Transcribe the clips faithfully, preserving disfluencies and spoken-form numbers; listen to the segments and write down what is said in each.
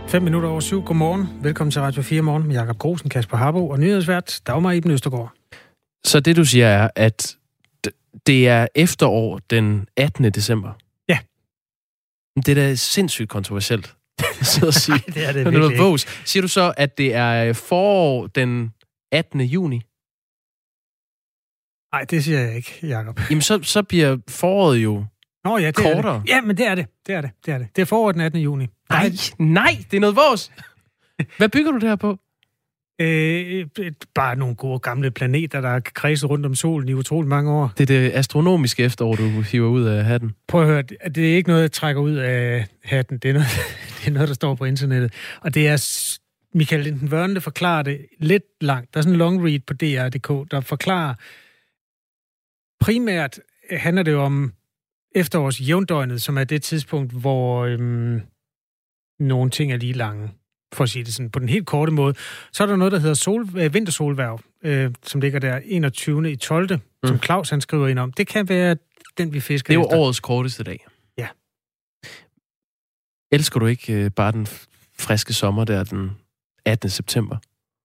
Fem minutter over syv. Godmorgen. Velkommen til Radio fire Morgen med Jakob Grosen, Kasper Harbo og nyhedsvært Dagmar Iben Østergaard. Så det, du siger, er, at det er efterår den attende december? Ja. Det er da sindssygt kontroversielt. Så at sige. Nej, det er det det virkelig ikke. Siger du så, at det er forår den attende juni? Nej, det siger jeg ikke, Jakob. Jamen, så, så bliver foråret jo Nå, ja, det kortere. Er det. Ja, men det er det. Det er det. Det er det. Det er foråret den attende juni. Nej, nej, det er noget vores. Hvad bygger du det her på? Øh, bare nogle gode gamle planeter, der har kredset rundt om solen i utroligt mange år. Det er det astronomiske efterår, du hiver ud af hatten. Prøv at høre, det er ikke noget, jeg trækker ud af hatten. Det er noget, det er noget der står på internettet. Og det er Michael Linden Wørne, der forklarer det lidt langt. Der er sådan en long read på D R punktum D K, der forklarer primært handler det jo om efterårs jævndøgnet, som er det tidspunkt, hvor øhm, nogle ting er lige lange, for at sige det sådan på den helt korte måde. Så er der noget, der hedder sol, øh, vintersolværv, øh, som ligger der enogtyvende i tolvte Mm. som Claus han skriver ind om. Det kan være den, vi fisker efter. Det er efter. jo årets korteste dag. Ja. Elsker du ikke øh, bare den friske sommer der den attende september?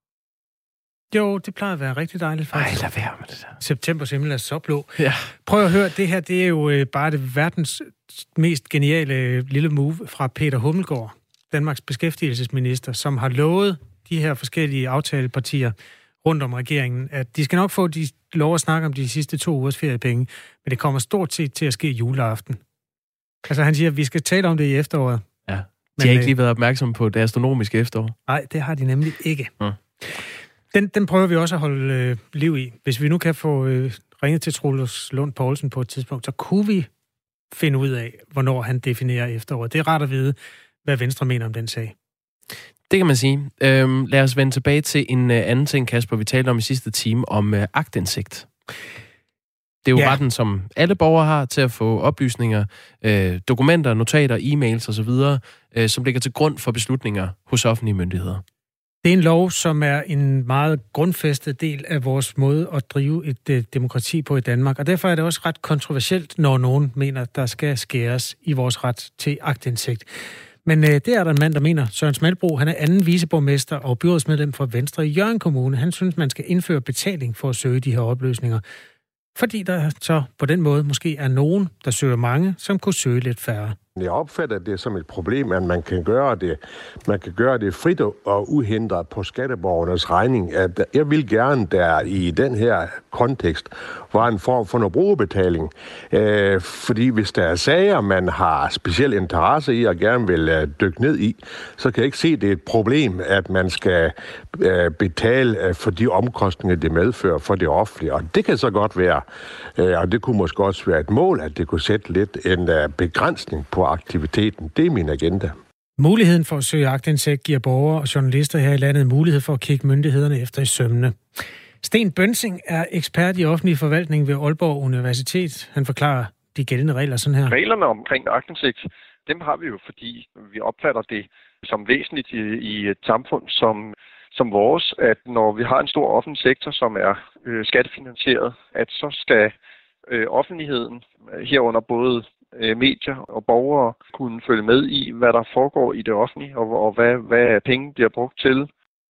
Jo, det plejer at være rigtig dejligt faktisk. Ej, lad være med det der. September simpelthen er så blå. Ja. Prøv at høre, det her, det er jo øh, bare det verdens mest geniale øh, lille move fra Peter Hummelgaard, Danmarks beskæftigelsesminister, som har lovet de her forskellige aftalepartier rundt om regeringen, at de skal nok få de lov at snakke om de sidste to ugers feriepenge, men det kommer stort set til at ske juleaften. Altså han siger, at vi skal tale om det i efteråret. Ja, de men, har ikke lige været opmærksomme på det astronomiske efterår. Nej, det har de nemlig ikke. Mm. Den, den prøver vi også at holde øh, liv i. Hvis vi nu kan få øh, ringet til Troels Lund Poulsen på et tidspunkt, så kunne vi finde ud af, hvornår han definerer efteråret. Det er rart at vide, hvad Venstre mener om den sag. Det kan man sige. Øhm, lad os vende tilbage til en øh, anden ting, Kasper. Vi talte om i sidste time om øh, aktindsigt. Det er jo ja. retten, som alle borgere har til at få oplysninger, øh, dokumenter, notater, e-mails osv., øh, som ligger til grund for beslutninger hos offentlige myndigheder. Det er en lov, som er en meget grundfæstet del af vores måde at drive et uh, demokrati på i Danmark. Og derfor er det også ret kontroversielt, når nogen mener, der skal skæres i vores ret til aktindsigt. Men uh, det er der en mand, der mener. Søren Smalbro, han er anden viceborgmester og byrådsmedlem for Venstre i Hjørring Kommune. Han synes, man skal indføre betaling for at søge de her oplysninger. Fordi der så på den måde måske er nogen, der søger mange, som kunne søge lidt færre. Jeg opfatter det som et problem, at man kan gøre det, man kan gøre det frit og uhindret på skatteborgernes regning. At jeg vil gerne, der i den her kontekst var en form for noget brugerbetaling. Øh, fordi hvis der er sager, man har speciel interesse i og gerne vil uh, dykke ned i, så kan jeg ikke se, at det er et problem, at man skal uh, betale uh, for de omkostninger, det medfører for det offentlige. Og det kan så godt være, uh, og det kunne måske også være et mål, at det kunne sætte lidt en uh, begrænsning på aktiviteten. Det er min agenda. Muligheden for at søge aktindsigt giver borgere og journalister her i landet mulighed for at kigge myndighederne efter i sømmene. Sten Bønsing er ekspert i offentlig forvaltning ved Aalborg Universitet. Han forklarer de gældende regler sådan her. Reglerne omkring aktindsigt, dem har vi jo, fordi vi opfatter det som væsentligt i, i et samfund som, som vores, at når vi har en stor offentlig sektor, som er øh, skattefinansieret, at så skal øh, offentligheden herunder både medier og borgere kunne følge med i, hvad der foregår i det offentlige, og, og hvad, hvad penge bliver brugt til.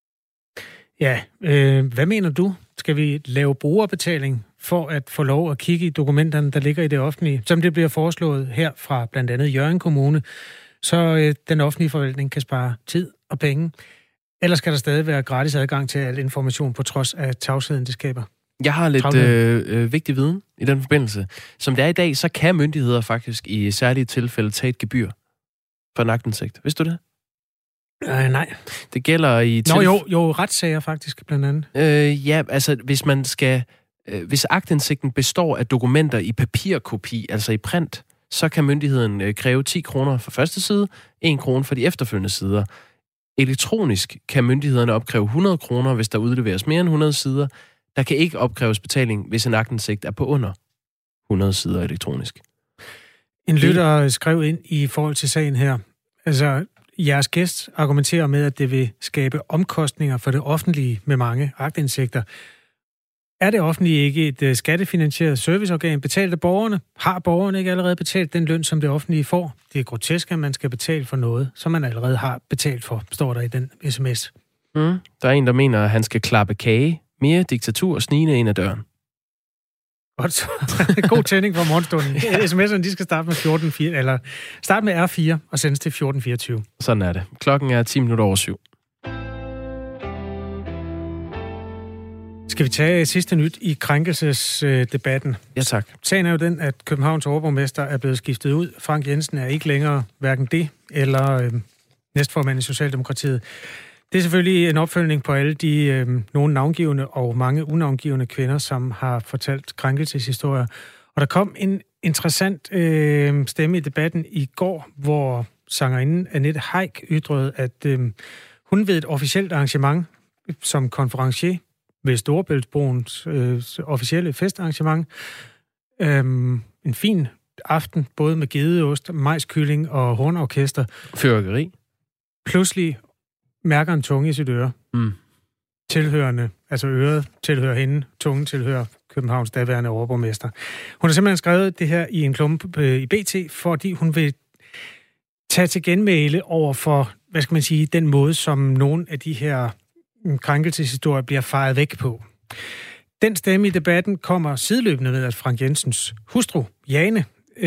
Ja, øh, hvad mener du? Skal vi lave brugerbetaling for at få lov at kigge i dokumenterne, der ligger i det offentlige, som det bliver foreslået her fra blandt andet Hjørring Kommune, så øh, den offentlige forvaltning kan spare tid og penge? Eller skal der stadig være gratis adgang til al information på trods af tavsheden, det skaber? Jeg har lidt øh, øh, vigtig viden i den forbindelse. Som det er i dag, så kan myndigheder faktisk i særlige tilfælde tage et gebyr for en aktindsigt. Vidste du det? Øh, nej. Det gælder i... Nå tilf- jo, jo, retssager faktisk blandt andet. Øh, ja, altså hvis man skal... Øh, hvis aktindsigten består af dokumenter i papirkopi, altså i print, så kan myndigheden øh, kræve ti kroner for første side, en krone for de efterfølgende sider. Elektronisk kan myndighederne opkræve hundrede kroner, hvis der udleveres mere end hundrede sider. Der kan ikke opkræves betaling, hvis en aktindsigt er på under hundrede sider elektronisk. En lytter skrev ind i forhold til sagen her. Altså, jeres gæst argumenterer med, at det vil skabe omkostninger for det offentlige med mange aktindsigter. Er det offentlige ikke et uh, skattefinansieret serviceorgan betalt af borgerne? Har borgerne ikke allerede betalt den løn, som det offentlige får? Det er grotesk, at man skal betale for noget, som man allerede har betalt for, står der i den sms. Mm. Der er en, der mener, at han skal klappe kage. Mere diktatur snigende ind ad døren. Godt så. God tænding for morgenstunden. sms'erne, de skal starte med fjorten fire, eller starte med R fire og sendes til fjorten fireogtyve. Sådan er det. Klokken er ti minutter over syv. Skal vi tage sidste nyt i krænkelsesdebatten? Ja, tak. Sagen er jo den, at Københavns overborgmester er blevet skiftet ud. Frank Jensen er ikke længere hverken det eller øh, næstformand i Socialdemokratiet. Det er selvfølgelig en opfølgning på alle de øh, nogle navngivende og mange unavngivende kvinder, som har fortalt krænkelseshistorier. Og der kom en interessant øh, stemme i debatten i går, hvor sangerinden Annette Heick ytrede, at øh, hun ved et officielt arrangement som konferencier ved Storebæltsbroens øh, officielle festarrangement. Øhm, en fin aften, både med gedeost, majskylling og hornorkester. Fyrværkeri. Pludselig mærker en tunge i sit øre. Mm. Tilhørende, altså øret tilhører hende, tungen tilhører Københavns daværende overborgmester. Hun har simpelthen skrevet det her i en klump i B T, fordi hun vil tage til genmæle over for, hvad skal man sige, den måde, som nogle af de her krænkelseshistorie bliver fejet væk på. Den stemme i debatten kommer sideløbende med, at Frank Jensens hustru, Jane,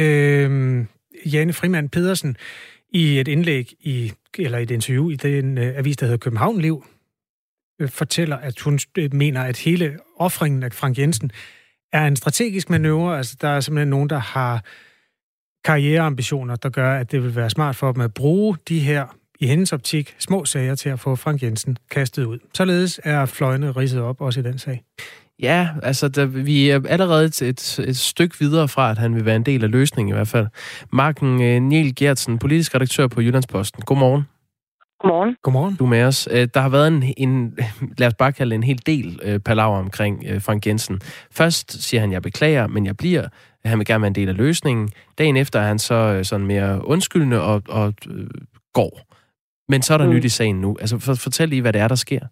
øh, Jane Frimand Pedersen, i et indlæg, i, eller et interview i den øh, avis, der hedder København Liv, øh, fortæller, at hun øh, mener, at hele offringen af Frank Jensen er en strategisk manøvre. Altså, der er simpelthen nogen, der har karriereambitioner, der gør, at det vil være smart for dem at bruge de her i hendes optik små sager til at få Frank Jensen kastet ud. Således er fløjene ridset op også i den sag. Ja, altså der, vi er allerede et, et, et stykke videre fra, at han vil være en del af løsningen i hvert fald. Marken uh, Niel Gertsen, politisk redaktør på Jyllandsposten. Godmorgen. Godmorgen. Godmorgen. Du er med os. Der har været en, en lad os bare kalde en hel del uh, palaver omkring uh, Frank Jensen. Først siger han, jeg beklager, men jeg bliver. Han vil gerne være en del af løsningen. Dagen efter er han så uh, sådan mere undskyldende og, og uh, går. Men så er der mm. nyt i sagen nu. Altså, for, fortæl lige, hvad det er, der sker.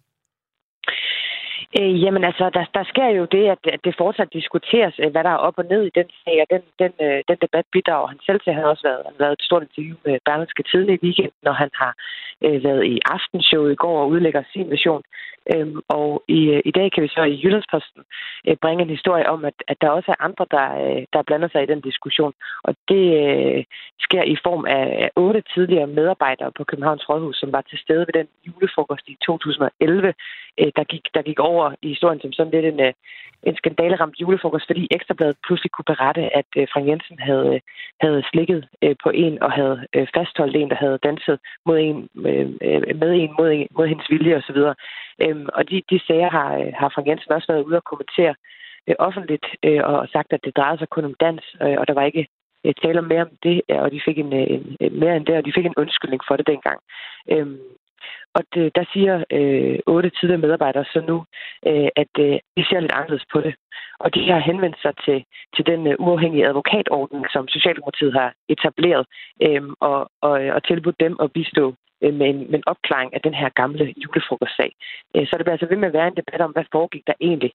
Øh, jamen altså, der, der sker jo det, at, at det fortsat diskuteres, hvad der er op og ned i den sag, og den, den, den debat bidrager han selv til. Han har også været, han har været et stort interview med Berlingske Tidende i weekenden, når han har øh, været i Aftenshowet i går og udlægger sin version. Øhm, og i, i dag kan vi så i Jyllandsposten øh, bringe en historie om, at, at der også er andre, der, øh, der blander sig i den diskussion. Og det øh, sker i form af, af otte tidligere medarbejdere på Københavns Rådhus, som var til stede ved den julefrokost i to tusind og elleve, øh, der, gik, der gik over i historien som sådan lidt en, øh, en skandaleramt julefrokost, fordi Ekstrabladet pludselig kunne berette, at øh, Frank Jensen havde, havde slikket øh, på en og havde øh, fastholdt en, der havde danset mod en, øh, med en mod, en, mod hendes vilje osv. Øhm, og de, de sager har, har Frank Jensen også været ude at kommentere øh, offentligt øh, og sagt, at det drejede sig kun om dans, øh, og der var ikke øh, tale om mere om det, og de fik en, en, en mere end det, og de fik en undskyldning for det dengang. Øhm, og det, der siger øh, otte tidligere medarbejdere så nu, øh, at øh, de ser lidt anderledes på det. Og de har henvendt sig til, til den øh, uafhængige advokatordning, som Socialdemokratiet har etableret, øh, og, og, og tilbudt dem at bistå med en, med en opklaring af den her gamle julefrokostsag. Så det bliver altså ved med at være en debat om, hvad foregik der egentlig.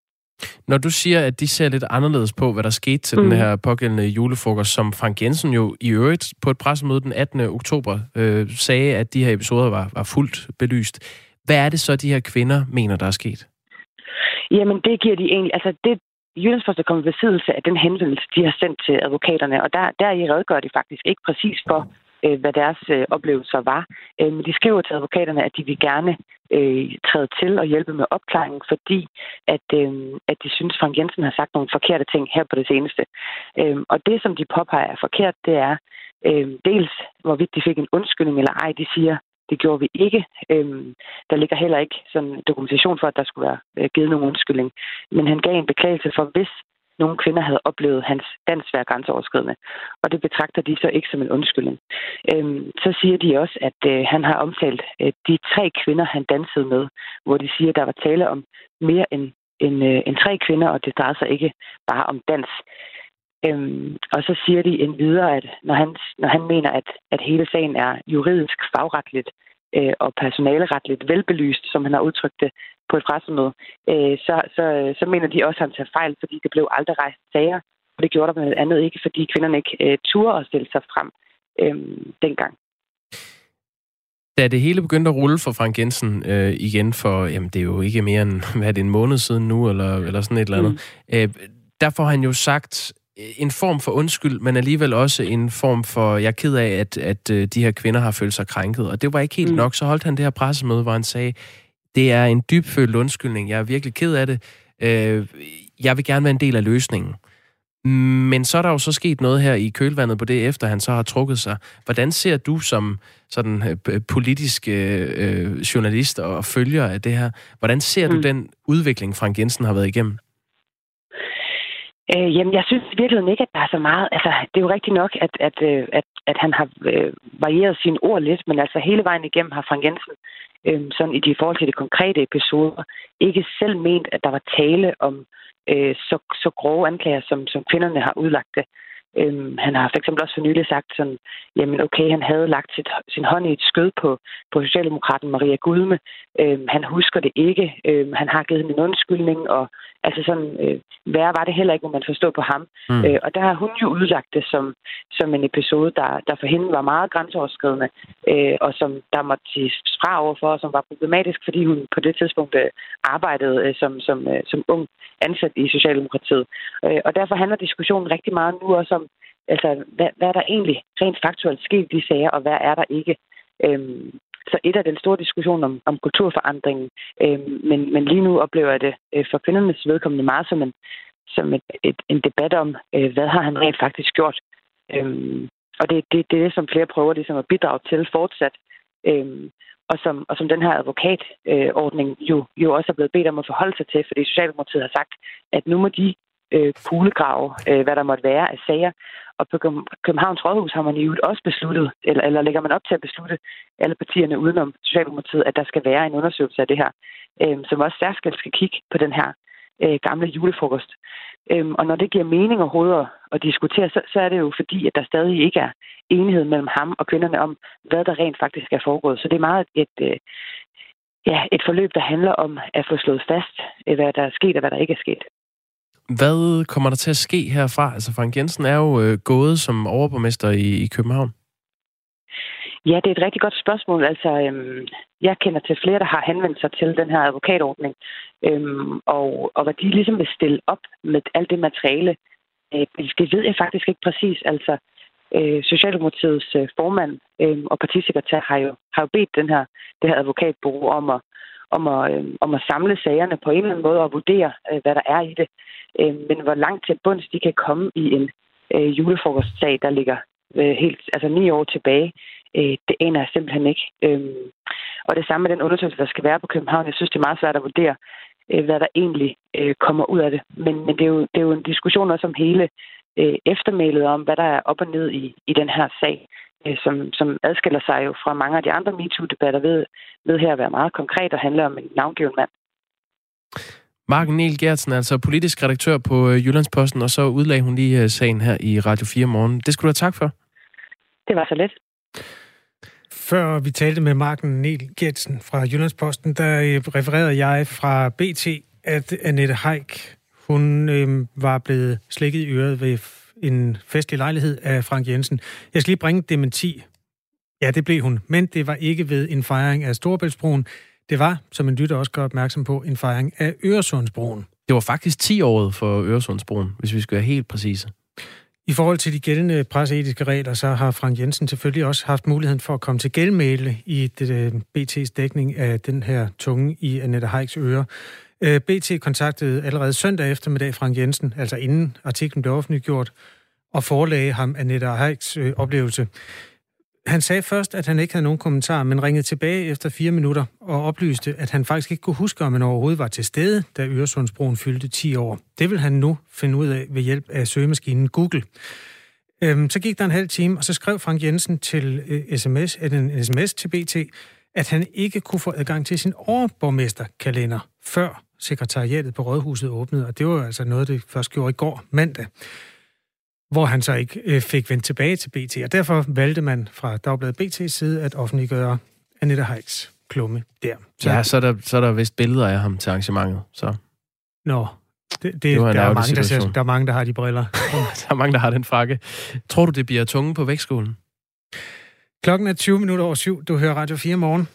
Når du siger, at de ser lidt anderledes på, hvad der skete til mm. den her pågældende julefrokost, som Frank Jensen jo i øvrigt på et pressemøde den attende oktober øh, sagde, at de her episoder var, var fuldt belyst. Hvad er det så, de her kvinder mener, der er sket? Jamen, det giver de egentlig... Altså, det Jyllandsposten kommer i besiddelse af den henvendelse, de har sendt til advokaterne, og der, der i redegør de faktisk ikke præcis for, hvad deres øh, oplevelser var. Øh, men de skriver til advokaterne, at de vil gerne øh, træde til og hjælpe med opklaringen, fordi at, øh, at de synes, at Frank Jensen har sagt nogle forkerte ting her på det seneste. Øh, og det, som de påpeger er forkert, det er øh, dels, hvorvidt de fik en undskyldning eller ej. De siger, det gjorde vi ikke. Øh, der ligger heller ikke sådan dokumentation for, at der skulle være øh, givet nogen undskyldning. Men han gav en beklagelse for, hvis nogle kvinder havde oplevet hans dans være grænseoverskridende. Og det betragter de så ikke som en undskyldning. Øhm, så siger de også, at øh, han har omtalt øh, de tre kvinder, han dansede med, hvor de siger, at der var tale om mere end, end, øh, end tre kvinder, og det drejer sig ikke bare om dans. Øhm, og så siger de endvidere, at når han, når han mener, at, at hele sagen er juridisk fagretligt øh, og personaleretligt velbelyst, som han har udtrykt det, på et pressemøde, øh, så, så, så mener de også, at han tager fejl, fordi det blev aldrig rejst sager. Og det gjorde der blandt andet ikke, fordi kvinderne ikke øh, turde at stille sig frem øh, dengang. Da det hele begyndte at rulle for Frank Jensen øh, igen for, jamen det er jo ikke mere end, hvad er det, en måned siden nu, eller, eller sådan et eller andet, mm. øh, der får han jo sagt en form for undskyld, men alligevel også en form for, jeg er ked af, at, at de her kvinder har følt sig krænket, og det var ikke helt mm. nok. Så holdt han det her pressemøde, hvor han sagde, det er en dybfølt undskyldning, jeg er virkelig ked af det, øh, jeg vil gerne være en del af løsningen. Men så er der jo så sket noget her i kølvandet på det, efter han så har trukket sig. Hvordan ser du som sådan øh, politisk øh, journalist og følger af det her, hvordan ser mm. du den udvikling, Frank Jensen har været igennem? Øh, jamen, jeg synes i virkeligheden ikke, at der er så meget. Altså, det er jo rigtigt nok, at, at, at, at han har øh, varieret sine ord lidt, men altså hele vejen igennem har Frank Jensen, øh, sådan i de forhold til de konkrete episoder, ikke selv ment, at der var tale om øh, så, så grove anklager, som, som kvinderne har udlagt det. Øhm, han har for eksempel også for nylig sagt sådan, jamen okay, han havde lagt sit, sin hånd i et skød på, på socialdemokraten Maria Gudme. Øhm, han husker det ikke. Øhm, han har givet hende en undskyldning, og altså sådan, øh, værre var det heller ikke, må man forstå på ham. Mm. Øh, og der har hun jo udlagt det som, som en episode, der, der for hende var meget grænseoverskridende, øh, og som der måtte sige fra overfor, og som var problematisk, fordi hun på det tidspunkt øh, arbejdede øh, som, som, øh, som ung ansat i Socialdemokratiet. Øh, og derfor handler diskussionen rigtig meget nu også om, altså, hvad, hvad er der egentlig rent faktuelt sket i de sager, og hvad er der ikke? Øhm, så et af den store diskussion om, om kulturforandringen, øhm, men, men lige nu oplever jeg det øh, for kvindernes vedkommende meget som en, som et, et, en debat om, øh, hvad har han rent faktisk gjort? Øhm, og det, det, det er det, som flere prøver ligesom at bidrage til fortsat, øhm, og, som, og som den her advokatordning øh, jo, jo også er blevet bedt om at forholde sig til, fordi Socialdemokratiet har sagt, at nu må de øh, kulegrave, øh, hvad der måtte være af sager. Og på Københavns Rådhus har man jo også besluttet, eller, eller lægger man op til at beslutte alle partierne udenom Socialdemokratiet, at der skal være en undersøgelse af det her, øh, som også særskilt skal kigge på den her øh, gamle julefrokost. Øh, og når det giver mening overhovedet at diskutere, så, så er det jo fordi, at der stadig ikke er enighed mellem ham og kvinderne om, hvad der rent faktisk er foregået. Så det er meget et, øh, ja, et forløb, der handler om at få slået fast, øh, hvad der er sket og hvad der ikke er sket. Hvad kommer der til at ske herfra? Altså, Frank Jensen er jo øh, gået som overborgmester i, i København. Ja, det er et rigtig godt spørgsmål. Altså, øhm, jeg kender til flere, der har henvendt sig til den her advokatordning, øhm, og, og hvad de ligesom vil stille op med alt det materiale, øh, det ved jeg faktisk ikke præcis. Altså, øh, Socialdemokratiets øh, formand øh, og partisekretær har jo, har jo bedt den her, det her advokatbureau om at Om at, øh, om at samle sagerne på en eller anden måde og vurdere, øh, hvad der er i det. Øh, men hvor langt til bunds de kan komme i en øh, julefrokostsag, der ligger øh, helt, altså ni år tilbage, øh, det aner jeg simpelthen ikke. Øh, og det samme med den undersøgelse, der skal være på København. Jeg synes, det er meget svært at vurdere, øh, hvad der egentlig øh, kommer ud af det. Men, men det, er jo, det er jo en diskussion også om hele øh, eftermælet om, hvad der er op og ned i, i den her sag. Som, som adskiller sig jo fra mange af de andre MeToo-debatter ved, ved her at være meget konkret og handle om en navngiven mand. Marken Niel Geertsen, altså politisk redaktør på Jyllandsposten, og så udlagde hun lige sagen her i Radio fire Morgen. Det skulle du have tak for. Det var så lidt. Før vi talte med Marken Niel Geertsen fra Jyllandsposten, der refererede jeg fra B T, at Annette Heick, hun øh, var blevet slikket i øret ved en festlig lejlighed af Frank Jensen. Jeg skal lige bringe dementi. Ja, det blev hun, men det var ikke ved en fejring af Storebæltsbroen. Det var, som en lytter også gør opmærksom på, en fejring af Øresundsbroen. Det var faktisk ti året for Øresundsbroen, hvis vi skal være helt præcise. I forhold til de gældende presseetiske regler, så har Frank Jensen selvfølgelig også haft muligheden for at komme til gældmæle i det, B T's dækning af den her tunge i Annette Heiks øre. B T kontaktede allerede søndag eftermiddag Frank Jensen, altså inden artiklen blev offentliggjort, og forelagde ham Annette Heiks øh, oplevelse. Han sagde først, at han ikke havde nogen kommentar, men ringede tilbage efter fire minutter og oplyste, at han faktisk ikke kunne huske, om han overhovedet var til stede, da Øresundsbroen fyldte ti år. Det vil han nu finde ud af ved hjælp af søgemaskinen Google. Øhm, så gik der en halv time, og så skrev Frank Jensen til øh, sms, en sms til B T, at han ikke kunne få adgang til sin overborgmesterkalender, før sekretariatet på Rådhuset åbnede, og det var altså noget, det først gjorde i går mandag, hvor han så ikke øh, fik vendt tilbage til B T, og derfor valgte man fra Dagbladet B T's side at offentliggøre Annette Heiks klumme der. Så, ja, så er, der, så er der vist billeder af ham til arrangementet. Så. Nå, det, det, det der, er mange, der, der, der er mange, der har de briller. Der er mange, der har den frakke. Tror du, det bliver tunge på vægtskålen? Klokken er tyve minutter over syv. Du hører Radio fire morgen.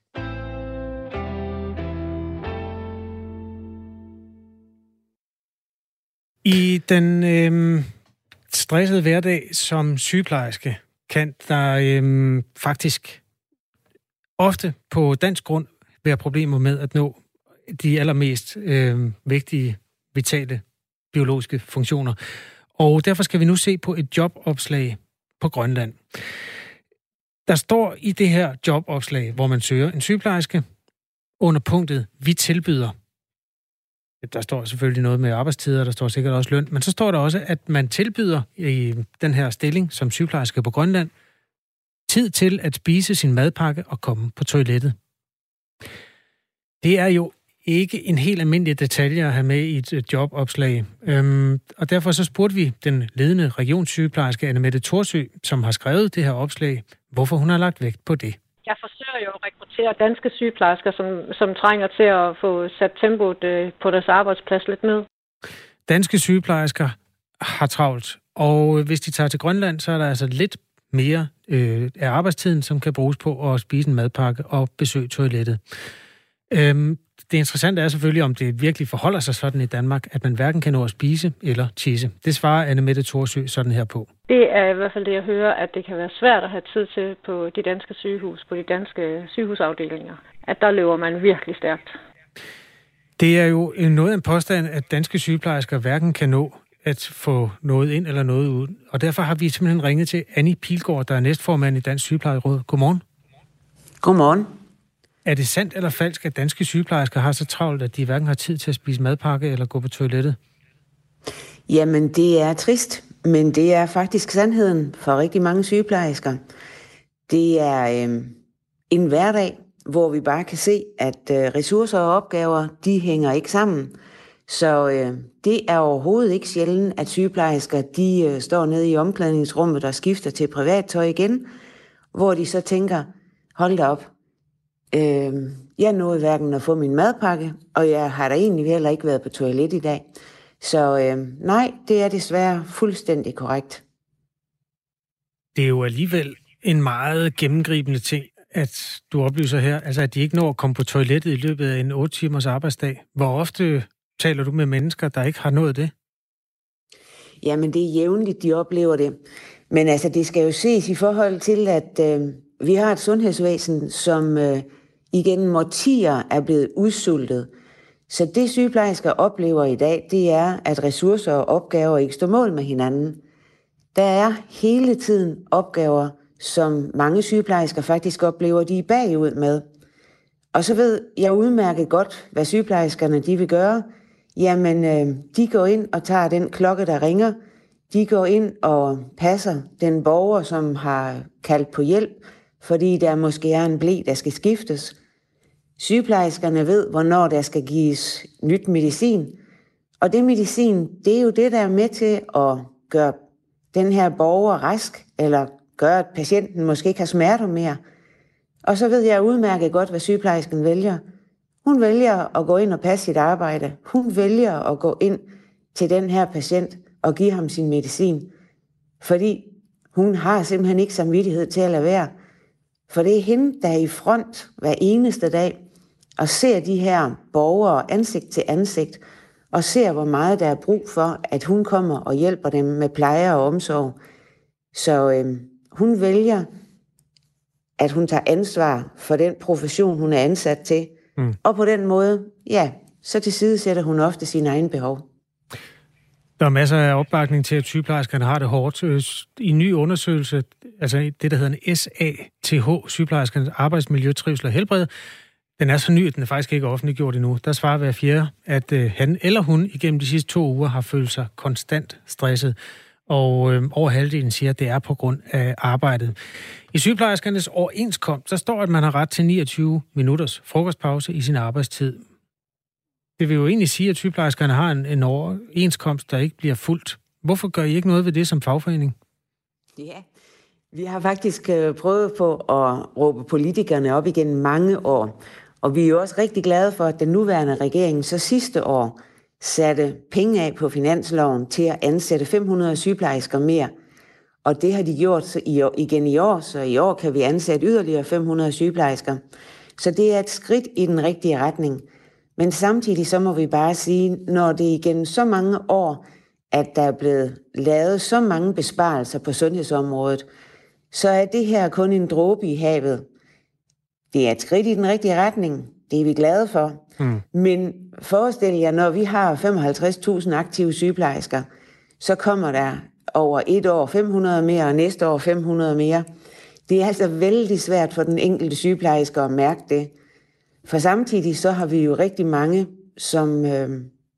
I den øh, stressede hverdag som sygeplejerske kan der øh, faktisk ofte på dansk grund være problemer med at nå de allermest øh, vigtige, vitale biologiske funktioner. Og derfor skal vi nu se på et jobopslag på Grønland. Der står i det her jobopslag, hvor man søger en sygeplejerske, under punktet, vi tilbyder. Der står selvfølgelig noget med arbejdstider, der står sikkert også løn, men så står der også, at man tilbyder i den her stilling som sygeplejerske på Grønland tid til at spise sin madpakke og komme på toilettet. Det er jo ikke en helt almindelig detalje at have med i et jobopslag. Øhm, og derfor så spurgte vi den ledende regionssygeplejerske Annemette Thorsø, som har skrevet det her opslag, hvorfor hun har lagt vægt på det. Jeg forsøger jo at rekruttere danske sygeplejersker, som, som trænger til at få sat tempoet øh, på deres arbejdsplads lidt ned. Danske sygeplejersker har travlt, og hvis de tager til Grønland, så er der altså lidt mere øh, af arbejdstiden, som kan bruges på at spise en madpakke og besøge toilettet. Øhm, det interessante er selvfølgelig, om det virkelig forholder sig sådan i Danmark, at man hverken kan nå at spise eller tisse. Det svarer Annemette Thorsø sådan her på. Det er i hvert fald det, jeg hører, at det kan være svært at have tid til på de danske sygehus, på de danske sygehusafdelinger. At der løber man virkelig stærkt. Det er jo noget af en påstand, at danske sygeplejersker hverken kan nå at få noget ind eller noget ud. Og derfor har vi simpelthen ringet til Annie Pilgaard, der er næstformand i Dansk Sygeplejeråd. Godmorgen. Godmorgen. Er det sandt eller falsk, at danske sygeplejersker har så travlt, at de hverken har tid til at spise madpakke eller gå på toilettet? Jamen, det er trist, men det er faktisk sandheden for rigtig mange sygeplejersker. Det er øh, en hverdag, hvor vi bare kan se, at øh, ressourcer og opgaver, de hænger ikke sammen. Så øh, det er overhovedet ikke sjældent, at sygeplejersker, de øh, står nede i omklædningsrummet og skifter til privattøj igen, hvor de så tænker, hold da op, øh, jeg nåede hverken at få min madpakke, og jeg har da egentlig heller ikke været på toilet i dag. Så øh, nej, det er desværre fuldstændig korrekt. Det er jo alligevel en meget gennemgribende ting, at du oplyser her, altså at de ikke når at komme på toilettet i løbet af en otte timers arbejdsdag. Hvor ofte taler du med mennesker, der ikke har nået det? Jamen, det er jævnligt, de oplever det. Men altså, det skal jo ses i forhold til, at øh, vi har et sundhedsvæsen, som øh, igennem årtier er blevet udsultet. Så det sygeplejersker oplever i dag, det er, at ressourcer og opgaver ikke står mål med hinanden. Der er hele tiden opgaver, som mange sygeplejersker faktisk oplever, de er bagud med. Og så ved jeg udmærket godt, hvad sygeplejerskerne de vil gøre. Jamen, øh, de går ind og tager den klokke, der ringer. De går ind og passer den borger, som har kaldt på hjælp, fordi der måske er en ble, der skal skiftes. Sygeplejerskerne ved, hvornår der skal gives nyt medicin. Og det medicin, det er jo det, der er med til at gøre den her borger rask, eller gøre, at patienten måske ikke har smerter mere. Og så ved jeg udmærket godt, hvad sygeplejersken vælger. Hun vælger at gå ind og passe sit arbejde. Hun vælger at gå ind til den her patient og give ham sin medicin. Fordi hun har simpelthen ikke samvittighed til at lade være. For det er hende, der er i front hver eneste dag og ser de her borgere ansigt til ansigt og ser, hvor meget der er brug for, at hun kommer og hjælper dem med pleje og omsorg. Så øh, hun vælger, at hun tager ansvar for den profession, hun er ansat til. Mm. Og på den måde, ja, så tilsidesætter hun ofte sine egne behov. Der er masser af opbakning til, at sygeplejerskerne har det hårdt. I en ny undersøgelse, altså det, der hedder en S A T H, sygeplejerskernes arbejdsmiljø, trivsel og helbred, den er så ny, at den er faktisk ikke offentliggjort endnu. Der svarer hver fjerde, at øh, han eller hun igennem de sidste to uger har følt sig konstant stresset. Og øh, over halvdelen siger, at det er på grund af arbejdet. I sygeplejerskernes overenskomst, så står, at man har ret til niogtyve minutters frokostpause i sin arbejdstid. Det vil jo egentlig sige, at sygeplejerskerne har en, en overenskomst, der ikke bliver fuldt. Hvorfor gør I ikke noget ved det som fagforening? Ja, Vi har faktisk prøvet på at råbe politikerne op igen mange år. Og vi er jo også rigtig glade for, at den nuværende regering så sidste år satte penge af på finansloven til at ansætte fem hundrede sygeplejersker mere. Og det har de gjort i år, igen i år, så i år kan vi ansætte yderligere fem hundrede sygeplejersker. Så det er et skridt i den rigtige retning. Men samtidig så må vi bare sige, når det igen så mange år, at der er blevet lavet så mange besparelser på sundhedsområdet, så er det her kun en dråbe i havet. Det er et skridt i den rigtige retning. Det er vi glade for. Mm. Men forestil jer, når vi har femoghalvtreds tusind aktive sygeplejersker, så kommer der over et år fem hundrede mere, og næste år fem hundrede mere. Det er altså vældig svært for den enkelte sygeplejerske at mærke det. For samtidig så har vi jo rigtig mange, som øh,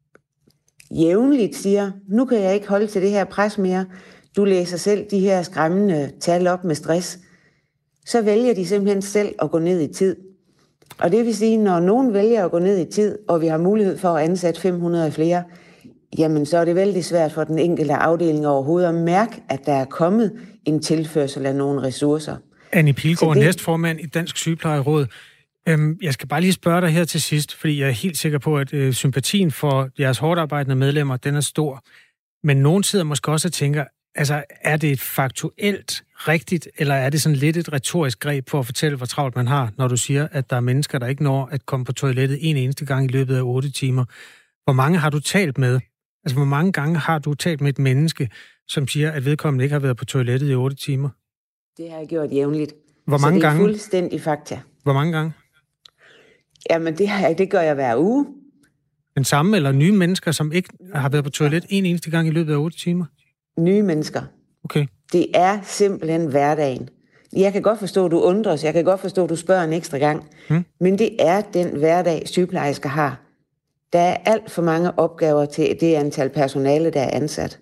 jævnligt siger, nu kan jeg ikke holde til det her pres mere. Du læser selv de her skræmmende tal op med stress. Så vælger de simpelthen selv at gå ned i tid. Og det vil sige, når nogen vælger at gå ned i tid, og vi har mulighed for at ansætte fem hundrede flere, jamen så er det vældig svært for den enkelte afdeling overhovedet at mærke, at der er kommet en tilførsel af nogle ressourcer. Annie Pilgaard, det... næstformand i Dansk Sygeplejeråd. Øhm, jeg skal bare lige spørge dig her til sidst, fordi jeg er helt sikker på, at øh, sympatien for jeres hårdt arbejdende medlemmer, den er stor. Men nogen sidder måske også og tænker, altså er det et faktuelt rigtigt, eller er det sådan lidt et retorisk greb for at fortælle, hvor travlt man har, når du siger, at der er mennesker, der ikke når at komme på toilettet en eneste gang i løbet af otte timer? Hvor mange har du talt med? Altså, hvor mange gange har du talt med et menneske, som siger, at vedkommende ikke har været på toilettet i otte timer? Det har jeg gjort jævnligt. Hvor mange gange? Så det er gange? fuldstændig fakta. Hvor mange gange? Jamen, det, har jeg, det gør jeg hver uge. Den samme eller nye mennesker, som ikke har været på toilet en eneste gang i løbet af otte timer? Nye mennesker. Okay. Det er simpelthen hverdagen. Jeg kan godt forstå, at du undres. Jeg kan godt forstå, at du spørger en ekstra gang. Hmm. Men det er den hverdag, sygeplejersker har. Der er alt for mange opgaver til det antal personale, der er ansat.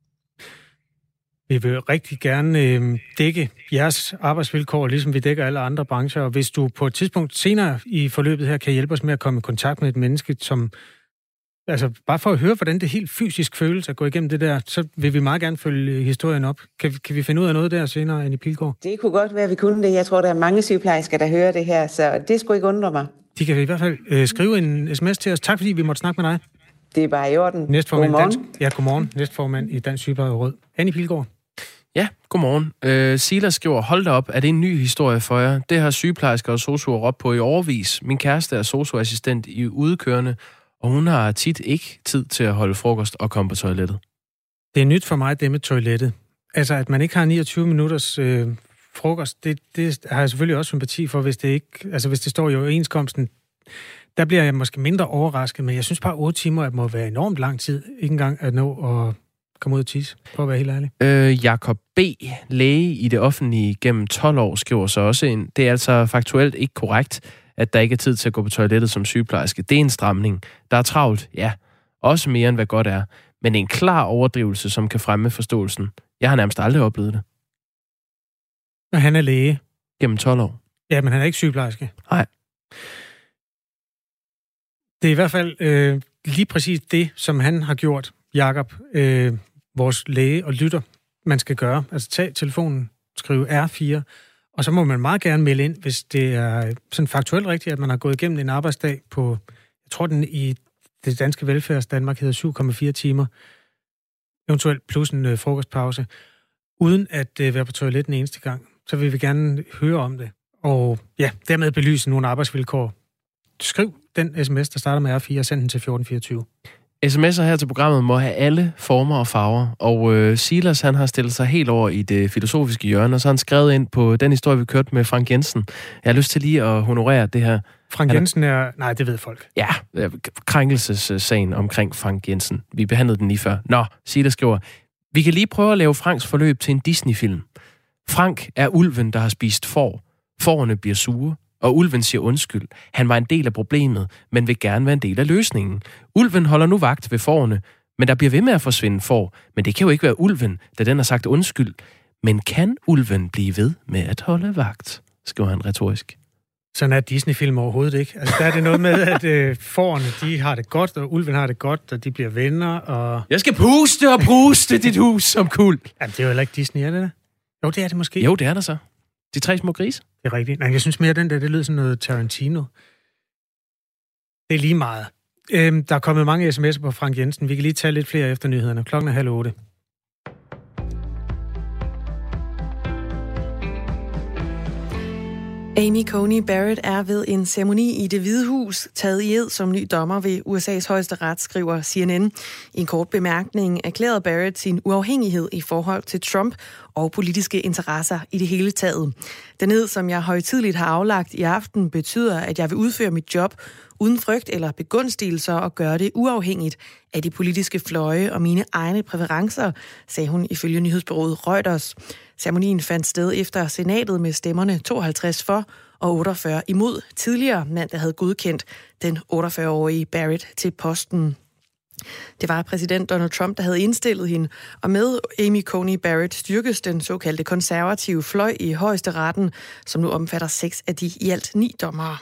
Vi vil rigtig gerne øh, dække jeres arbejdsvilkår, ligesom vi dækker alle andre brancher. Og hvis du på et tidspunkt senere i forløbet her kan hjælpe os med at komme i kontakt med et menneske, som... Altså, bare for at høre, hvordan det helt fysisk føles at gå igennem det der, så vil vi meget gerne følge historien op. Kan vi, kan vi finde ud af noget der senere, Annie Pilgaard? Det kunne godt være, at vi kunne det. Jeg tror, der er mange sygeplejersker, der hører det her, så det skulle ikke undre mig. De kan i hvert fald øh, skrive en sms til os. Tak, fordi vi måtte snakke med dig. Det er bare i orden. Næstformand godmorgen. Dansk, ja, godmorgen. Næstformand i Dansk Sygeplejeråd. Annie Pilgaard. Ja, godmorgen. Øh, Silas skriver, hold da op, er det en ny historie for jer? Det har sygeplejersker og sosuer råbt på i årevis. Min kæreste er sosu-assistent i udekørende, og hun har tit ikke tid til at holde frokost og komme på toilettet. Det er nyt for mig, det med toilettet. Altså, at man ikke har niogtyve minutters øh, frokost, det, det har jeg selvfølgelig også sympati for, hvis det ikke, altså hvis det står i overenskomsten. Der bliver jeg måske mindre overrasket, men jeg synes bare, otte timer må være enormt lang tid, ikke engang at nå at komme ud og tisse, for at være helt ærlig. Øh, Jakob B., læge i det offentlige gennem tolv år, skriver så også ind. Det er altså faktuelt ikke korrekt, at der ikke er tid til at gå på toilettet som sygeplejerske. Det er en stramning. Der er travlt, ja. Også mere end hvad godt er. Men en klar overdrivelse, som kan fremme forståelsen. Jeg har nærmest aldrig oplevet det. Og han er læge. Gennem tolv år. Ja, men han er ikke sygeplejerske. Nej. Det er i hvert fald øh, lige præcis det, som han har gjort, Jakob, øh, vores læge og lytter, man skal gøre. Altså tag telefonen, skriv R fire, og så må man meget gerne melde ind, hvis det er sådan faktuelt rigtigt, at man har gået igennem en arbejdsdag på, jeg tror den i det danske velfærds Danmark hedder syv komma fire timer, eventuelt plus en øh, frokostpause, uden at øh, være på toilettet den eneste gang. Så vil vi gerne høre om det. Og ja, dermed belyse nogle arbejdsvilkår. Skriv den sms, der starter med R fire, og send den til fjorten fireogtyve. sms'er her til programmet må have alle former og farver, og øh, Silas han har stillet sig helt over i det filosofiske hjørne, og så har han skrevet ind på den historie, vi kørte med Frank Jensen. Jeg har lyst til lige at honorere det her. Frank Jensen er... Nej, det ved folk. Ja, krænkelsessagen omkring Frank Jensen. Vi behandlede den lige før. Nå, Silas skriver, vi kan lige prøve at lave Franks forløb til en Disney-film. Frank er ulven, der har spist får. Fårene bliver sure. Og ulven siger undskyld. Han var en del af problemet, men vil gerne være en del af løsningen. Ulven holder nu vagt ved fårene, men der bliver ved med at forsvinde får. Men det kan jo ikke være ulven, da den har sagt undskyld. Men kan ulven blive ved med at holde vagt? Skriver han retorisk. Sådan er Disney-film overhovedet ikke. Altså, der er det noget med, at øh, fårene, de har det godt, og ulven har det godt, og de bliver venner, og... Jeg skal puste og puste dit hus som kul. Jamen, det er jo heller ikke Disney, er det det? Jo, det er det måske. Jo, det er der så. De tre små grise. Det er rigtigt. Nej, jeg synes mere, den der, det lyder som noget Tarantino. Det er lige meget. Øhm, der er kommet mange sms'er på Frank Jensen. Vi kan lige tage lidt flere efter nyhederne. Klokken er halv otte. Amy Coney Barrett er ved en ceremoni i Det Hvide Hus taget i ed som ny dommer ved U S A's højeste ret, skriver C N N. I en kort bemærkning erklærede Barrett sin uafhængighed i forhold til Trump og politiske interesser i det hele taget. Den ed, som jeg højtideligt har aflagt i aften, betyder, at jeg vil udføre mit job uden frygt eller begunstigelser og gøre det uafhængigt af de politiske fløje og mine egne præferencer, sagde hun ifølge nyhedsbureauet Reuters. Ceremonien fandt sted efter senatet med stemmerne tooghalvtreds for og otteogfyrre imod tidligere mandag havde godkendt den otteogfyrre-årige Barrett til posten. Det var præsident Donald Trump, der havde indstillet hende, og med Amy Coney Barrett styrkes den såkaldte konservative fløj i højesteretten, som nu omfatter seks af de i alt ni dommere.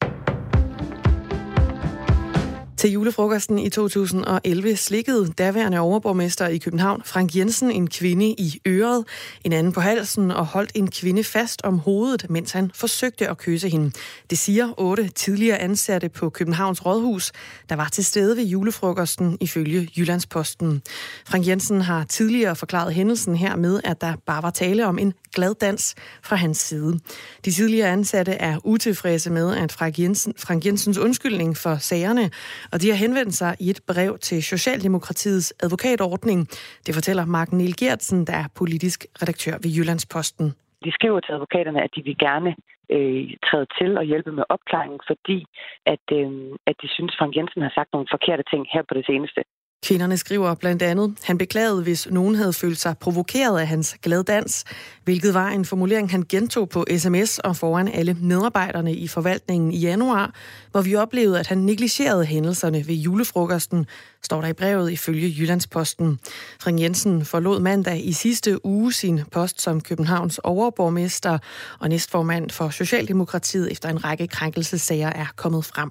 Til julefrokosten i to tusind og elleve slikkede daværende overborgmester i København, Frank Jensen, en kvinde i øret, en anden på halsen og holdt en kvinde fast om hovedet, mens han forsøgte at kysse hende. Det siger otte tidligere ansatte på Københavns Rådhus, der var til stede ved julefrokosten ifølge Jyllandsposten. Frank Jensen har tidligere forklaret hændelsen her med, at der bare var tale om en glad dans fra hans side. De tidligere ansatte er utilfredse med, at Frank, Jensen, Frank Jensens undskyldning for sagerne, og de har henvendt sig i et brev til Socialdemokratiets advokatordning. Det fortæller Mark Niel Geertsen, der er politisk redaktør ved Jyllandsposten. De skriver til advokaterne, at de vil gerne øh, træde til og hjælpe med opklaringen, fordi at, øh, at de synes, Frank Jensen har sagt nogle forkerte ting her på det seneste. Kvinderne skriver blandt andet, han beklagede, hvis nogen havde følt sig provokeret af hans glade dans, hvilket var en formulering, han gentog på sms og foran alle medarbejderne i forvaltningen i januar, hvor vi oplevede, at han negligerede hændelserne ved julefrokosten, står der i brevet ifølge Jyllandsposten. Frank Jensen forlod mandag i sidste uge sin post som Københavns overborgmester og næstformand for Socialdemokratiet, efter en række krænkelsessager er kommet frem.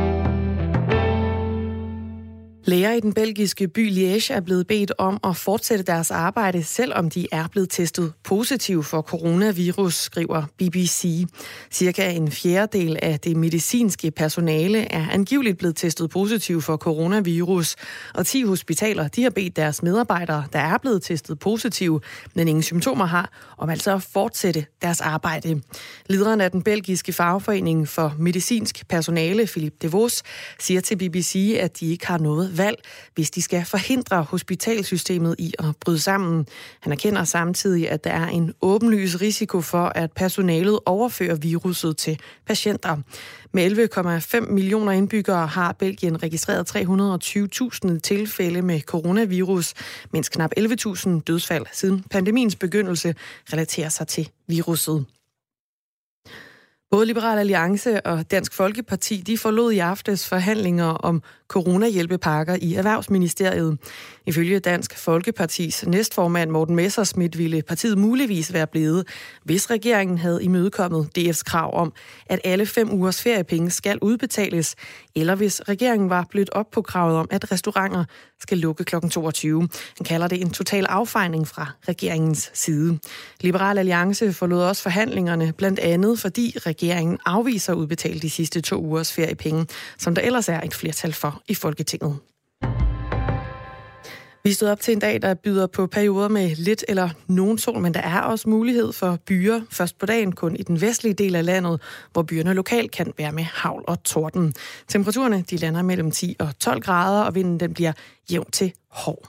Læger i den belgiske by Liège er blevet bedt om at fortsætte deres arbejde, selvom de er blevet testet positiv for coronavirus, skriver B B C. Cirka en fjerdedel af det medicinske personale er angiveligt blevet testet positiv for coronavirus, og ti hospitaler de har bedt deres medarbejdere, der er blevet testet positive, men ingen symptomer har, om altså at fortsætte deres arbejde. Lederen af den belgiske fagforening for medicinsk personale, Philippe Devos, siger til B B C, at de ikke har noget valg, hvis de skal forhindre hospitalsystemet i at bryde sammen. Han erkender samtidig, at der er en åbenlys risiko for, at personalet overfører viruset til patienter. Med elleve komma fem millioner indbyggere har Belgien registreret tre hundrede og tyve tusind tilfælde med coronavirus, mens knap elleve tusind dødsfald siden pandemiens begyndelse relaterer sig til viruset. Både Liberal Alliance og Dansk Folkeparti de forlod i aftes forhandlinger om coronahjælpepakker i Erhvervsministeriet. Ifølge Dansk Folkepartis næstformand Morten Messerschmidt ville partiet muligvis være blevet, hvis regeringen havde imødekommet D F's krav om, at alle fem ugers feriepenge skal udbetales, eller hvis regeringen var blødt op på kravet om, at restauranter skal lukke klokken toogtyve. Han kalder det en total affejning fra regeringens side. Liberal Alliance forlod også forhandlingerne, blandt andet fordi regeringen afviser at udbetale de sidste to ugers feriepenge, som der ellers er et flertal for i Folketinget. Vi stod op til en dag, der byder på perioder med lidt eller nogen sol, men der er også mulighed for byer først på dagen kun i den vestlige del af landet, hvor byerne lokalt kan være med hagl og torden. Temperaturerne de lander mellem ti og tolv grader, og vinden den bliver jævn til hård.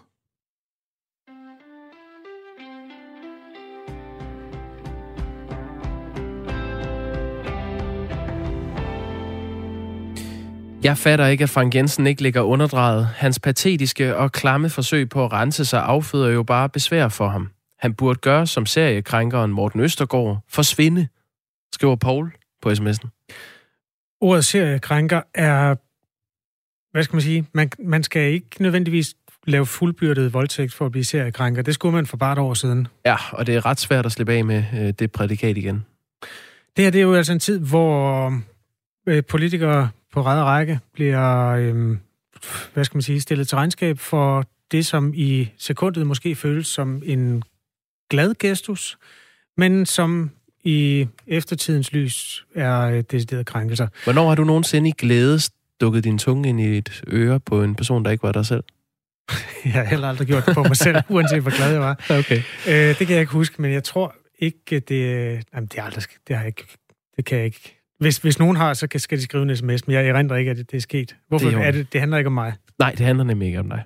Jeg fatter ikke, at Frank Jensen ikke ligger underdrejet. Hans patetiske og klamme forsøg på at rense sig afføder jo bare besvær for ham. Han burde gøre som seriekrænkeren Morten Østergaard. Forsvinde, skriver Paul på sms'en. Ordet seriekrænker er, hvad skal man sige, man, man skal ikke nødvendigvis lave fuldbyrdet voldtægt for at blive seriekrænker. Det skulle man for bare et år siden. Ja, og det er ret svært at slippe af med øh, det prædikat igen. Det her det er jo altså en tid, hvor øh, politikere på ræd og række bliver, øh, hvad skal man sige, stillet til regnskab for det, som i sekundet måske føles som en glad gestus, men som i eftertidens lys er deciderede krænkelser. Hvornår har du nogensinde i glæde stukket din tunge ind i et øre på en person, der ikke var dig selv? Jeg har heller aldrig gjort det på mig selv, uanset hvor glad jeg var. Okay. Øh, det kan jeg ikke huske, men jeg tror ikke, det... Jamen, det, er aldrig, det, har jeg ikke, det kan jeg ikke... Hvis, hvis nogen har, så skal de skrive en sms, men jeg erindrer ikke, at det, det er sket. Hvorfor det er, er det? Det handler ikke om mig. Nej, det handler nemlig ikke om dig.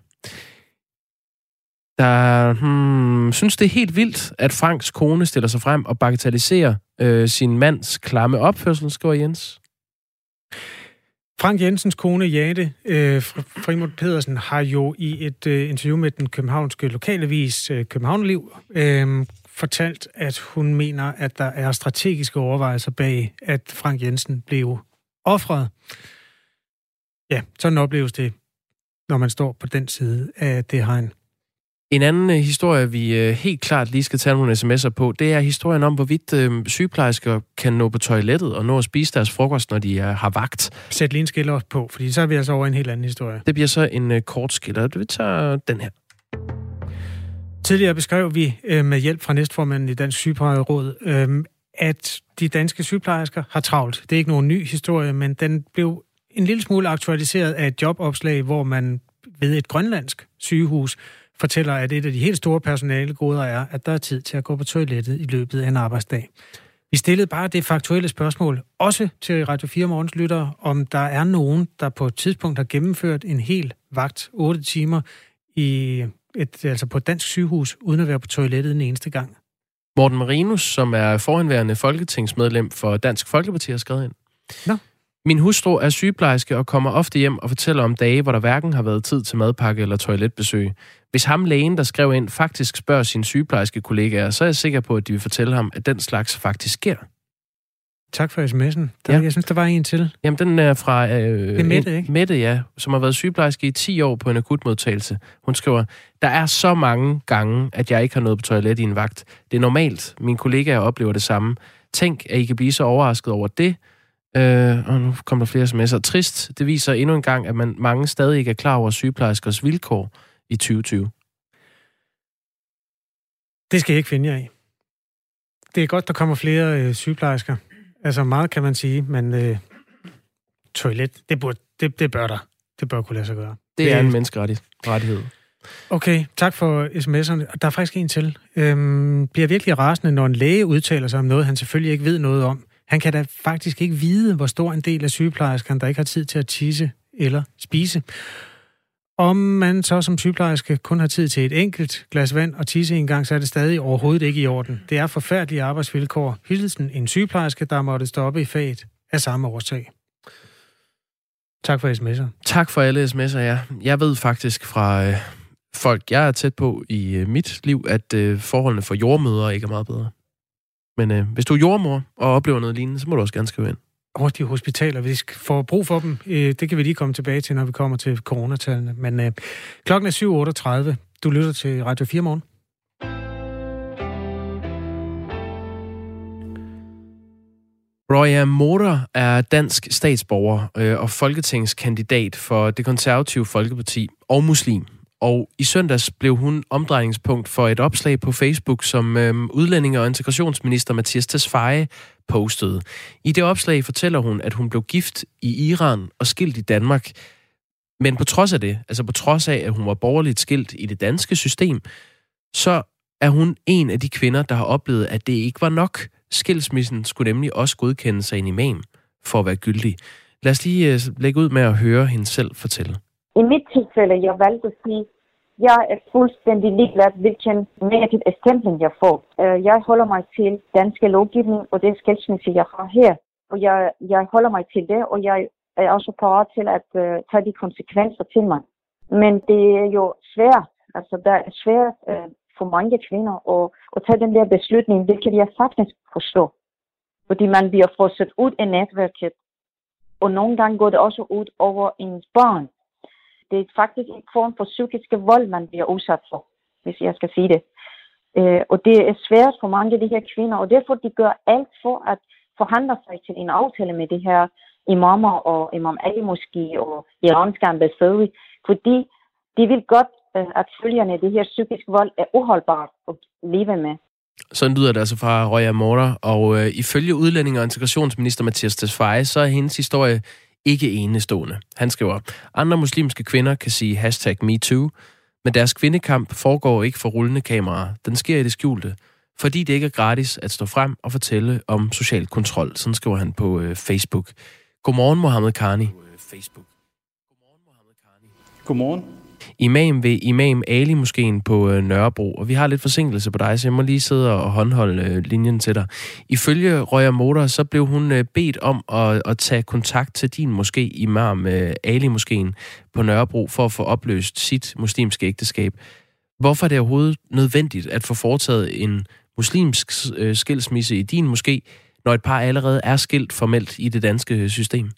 Der hmm, synes, det er helt vildt, at Franks kone stiller sig frem og bagatelliserer øh, sin mands klamme opførsel, skriver Jens. Frank Jensens kone, Jade øh, Frimod Pedersen, har jo i et øh, interview med den københavnske lokalavis øh, Københavnliv øh, fortalt, at hun mener, at der er strategiske overvejelser bag, at Frank Jensen blev ofret. Ja, sådan opleves det, når man står på den side af det hegn. En anden øh, historie, vi øh, helt klart lige skal tage nogle sms'er på, det er historien om, hvorvidt øh, sygeplejersker kan nå på toilettet og nå at spise deres frokost, når de øh, har vagt. Sæt lige en skiller på, fordi så er vi altså over en helt anden historie. Det bliver så en øh, kort skiller. Vi tager den her. Tidligere beskrev vi øh, med hjælp fra næstformanden i Dansk Sygeplejeråd, øh, at de danske sygeplejersker har travlt. Det er ikke nogen ny historie, men den blev en lille smule aktualiseret af et jobopslag, hvor man ved et grønlandsk sygehus fortæller, at et af de helt store personalegoder er, at der er tid til at gå på toilettet i løbet af en arbejdsdag. Vi stillede bare det faktuelle spørgsmål, også til Radio fire Morgens lyttere, om der er nogen, der på et tidspunkt har gennemført en hel vagt, otte timer, i et, altså på et dansk sygehus, uden at være på toilettet den eneste gang. Morten Marinus, som er forhenværende folketingsmedlem for Dansk Folkeparti, har skrevet ind. Nå. Min hustru er sygeplejerske og kommer ofte hjem og fortæller om dage, hvor der hverken har været tid til madpakke eller toiletbesøg. Hvis ham lægen, der skrev ind, faktisk spørger sine sygeplejerske kollegaer, så er jeg sikker på, at de vil fortælle ham, at den slags faktisk sker. Tak for sms'en. Der, ja. Jeg synes, der var en til. Jamen, den er fra øh, det er Mette, ikke? Mette, ja, som har været sygeplejerske i ti år på en akutmodtagelse. Hun skriver, der er så mange gange, at jeg ikke har noget på toilet i en vagt. Det er normalt. Mine kollegaer oplever det samme. Tænk, at I kan blive så overrasket over det. Øh, og nu kommer der flere sms'er. Trist, det viser endnu en gang, at man mange stadig ikke er klar over sygeplejerskers vilkår i tyve tyve. Det skal jeg ikke finde jer i. Det er godt, der kommer flere øh, sygeplejersker. Altså meget kan man sige, men øh, toilet, det, burde, det, det bør der. Det bør kunne lade sig gøre. Det, det er en menneskerettighed. Okay, tak for sms'erne. Der er faktisk en til. Øhm, bliver virkelig rasende, når en læge udtaler sig om noget, han selvfølgelig ikke ved noget om. Han kan da faktisk ikke vide, hvor stor en del af sygeplejerskerne, der ikke har tid til at tisse eller spise. Om man så som sygeplejerske kun har tid til et enkelt glas vand og tisse en gang, så er det stadig overhovedet ikke i orden. Det er forfærdelige arbejdsvilkår. Hilsen en sygeplejerske, der måtte stoppe i faget af samme årsag. Tak for sms'er. Tak for alle sms'er, ja. Jeg ved faktisk fra øh, folk, jeg er tæt på i øh, mit liv, at øh, forholdene for jordmødre ikke er meget bedre. Men øh, hvis du er jordmor og oplever noget lignende, så må du også gerne skrive ind. Og de hospitaler, vi får brug for dem, øh, det kan vi lige komme tilbage til, når vi kommer til coronatallene. Men øh, klokken er syv otteogtredive. Du lytter til Radio fire Morgen. Roya Moore er dansk statsborger øh, og folketingskandidat for Det Konservative Folkeparti og muslim. Og i søndags blev hun omdrejningspunkt for et opslag på Facebook, som øh, udlændinge- og integrationsminister Mattias Tesfaye postede. I det opslag fortæller hun, at hun blev gift i Iran og skilt i Danmark. Men på trods af det, altså på trods af, at hun var borgerligt skilt i det danske system, så er hun en af de kvinder, der har oplevet, at det ikke var nok. Skilsmissen skulle nemlig også godkendes af en imam for at være gyldig. Lad os lige øh, lægge ud med at høre hende selv fortælle. I mit tilfælde, jeg valgte at sige, jeg er fuldstændig ligeglad, hvilken negativ stempling jeg får. Jeg holder mig til danske lovgivning, og det skilsmisse, jeg har her. Og jeg, jeg holder mig til det, og jeg er også parat til at uh, tage de konsekvenser til mig. Men det er jo svært, altså der er svært uh, for mange kvinder at, at tage den der beslutning, hvilket jeg faktisk forstår. Fordi man bliver frosset ud af netværket, og nogle gange går det også ud over ens barn. Det er faktisk en form for psykisk vold, man bliver udsat for, hvis jeg skal sige det. Øh, og det er svært for mange af de her kvinder, og derfor de gør alt for at forhandle sig til en aftale med de her imamer og Imam Ali måske og iranske ambassade, fordi de vil godt, øh, at følgerne af det her psykisk vold er uholdbart at leve med. Sådan lyder det altså fra Roya Moore, og øh, ifølge udlænding- og integrationsminister Mattias Tesfaye, så er hendes historie ikke enestående. Han skriver, andre muslimske kvinder kan sige hashtag MeToo, men deres kvindekamp foregår ikke for rullende kameraer. Den sker i det skjulte, fordi det ikke er gratis at stå frem og fortælle om social kontrol. Sådan skriver han på øh, Facebook. Godmorgen, Mohammed Karni. Facebook. Godmorgen, Mohammed Karni. Godmorgen. Imam ved Imam Ali-moskeen på øh, Nørrebro, og vi har lidt forsinkelse på dig, så jeg må lige sidde og håndholde øh, linjen til dig. Ifølge Roya Moore, så blev hun øh, bedt om at, at tage kontakt til din moské, Imam øh, Ali-moskeen på Nørrebro, for at få opløst sit muslimske ægteskab. Hvorfor er det overhovedet nødvendigt at få foretaget en muslimsk øh, skilsmisse i din moské, når et par allerede er skilt formelt i det danske system?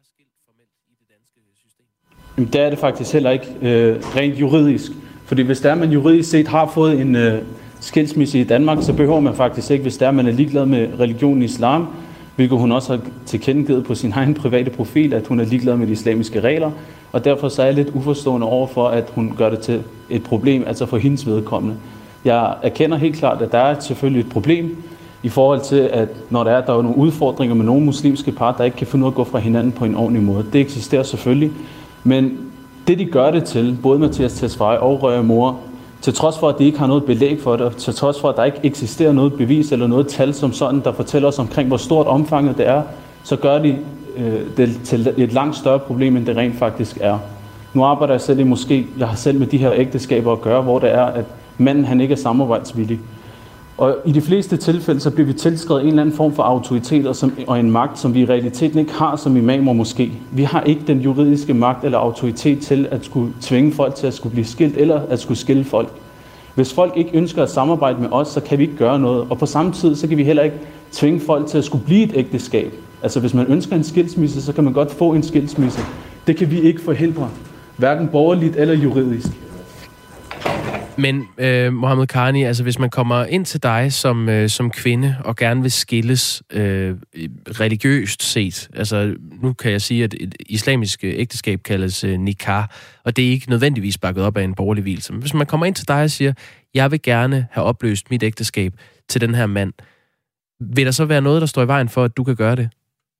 Det er det faktisk heller ikke øh, rent juridisk. Fordi hvis der man juridisk set har fået en øh, skilsmisse i Danmark, så behøver man faktisk ikke, hvis der man er ligeglad med religionen islam, hvilket hun også har tilkendegivet på sin egen private profil, at hun er ligeglad med de islamiske regler. Og derfor så er jeg lidt uforstående over for, at hun gør det til et problem, altså for hendes vedkommende. Jeg erkender helt klart, at der er selvfølgelig et problem i forhold til, at når der er, der er nogle udfordringer med nogle muslimske par, der ikke kan finde ud af at gå fra hinanden på en ordentlig måde. Det eksisterer selvfølgelig. Men det, de gør det til, både Mattias Tesfaye og Roya Moore, til trods for, at de ikke har noget belæg for det, til trods for, at der ikke eksisterer noget bevis eller noget tal som sådan, der fortæller os omkring, hvor stort omfanget det er, så gør de øh, det til et langt større problem, end det rent faktisk er. Nu arbejder jeg selv i moské. Jeg har selv med de her ægteskaber at gøre, hvor det er, at manden han ikke er samarbejdsvillig. Og i de fleste tilfælde, så bliver vi tilskrevet en eller anden form for autoritet og, som, og en magt, som vi i realiteten ikke har som imamer måske. Vi har ikke den juridiske magt eller autoritet til at skulle tvinge folk til at skulle blive skilt eller at skulle skille folk. Hvis folk ikke ønsker at samarbejde med os, så kan vi ikke gøre noget. Og på samme tid, så kan vi heller ikke tvinge folk til at skulle blive et ægteskab. Altså hvis man ønsker en skilsmisse, så kan man godt få en skilsmisse. Det kan vi ikke forhindre, hverken borgerligt eller juridisk. Men øh, Mohammed Karni, altså hvis man kommer ind til dig som, øh, som kvinde og gerne vil skilles øh, religiøst set, altså nu kan jeg sige, at et islamisk ægteskab kaldes øh, nikah, og det er ikke nødvendigvis bakket op af en borgerlig vielse. Men hvis man kommer ind til dig og siger, jeg vil gerne have opløst mit ægteskab til den her mand, vil der så være noget, der står i vejen for, at du kan gøre det?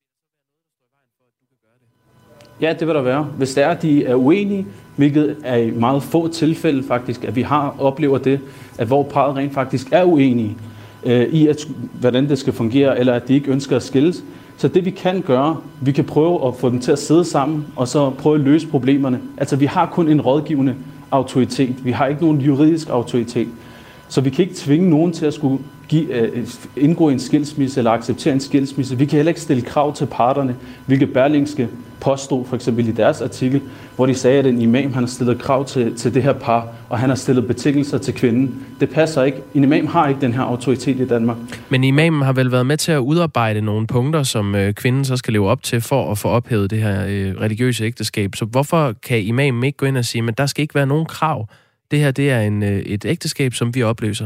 Ja, det vil der være. Hvis der er, de er uenige, hvilket er i meget få tilfælde faktisk, at vi har oplever det, at hvor parret rent faktisk er uenige øh, i, at, hvordan det skal fungere, eller at de ikke ønsker at skilles. Så det vi kan gøre, vi kan prøve at få dem til at sidde sammen, og så prøve at løse problemerne. Altså vi har kun en rådgivende autoritet. Vi har ikke nogen juridisk autoritet. Så vi kan ikke tvinge nogen til at skulle give, øh, indgå en skilsmisse eller acceptere en skilsmisse. Vi kan heller ikke stille krav til parterne, hvilket Berlingske påstod for eksempel i deres artikel, hvor de sagde, at en imam han har stillet krav til, til det her par, og han har stillet betingelser til kvinden. Det passer ikke. En imam har ikke den her autoritet i Danmark. Men imamen har vel været med til at udarbejde nogle punkter, som øh, kvinden så skal leve op til for at få ophævet det her øh, religiøse ægteskab. Så hvorfor kan imamen ikke gå ind og sige, men der skal ikke være nogen krav? Det her, det er en, øh, et ægteskab, som vi opløser.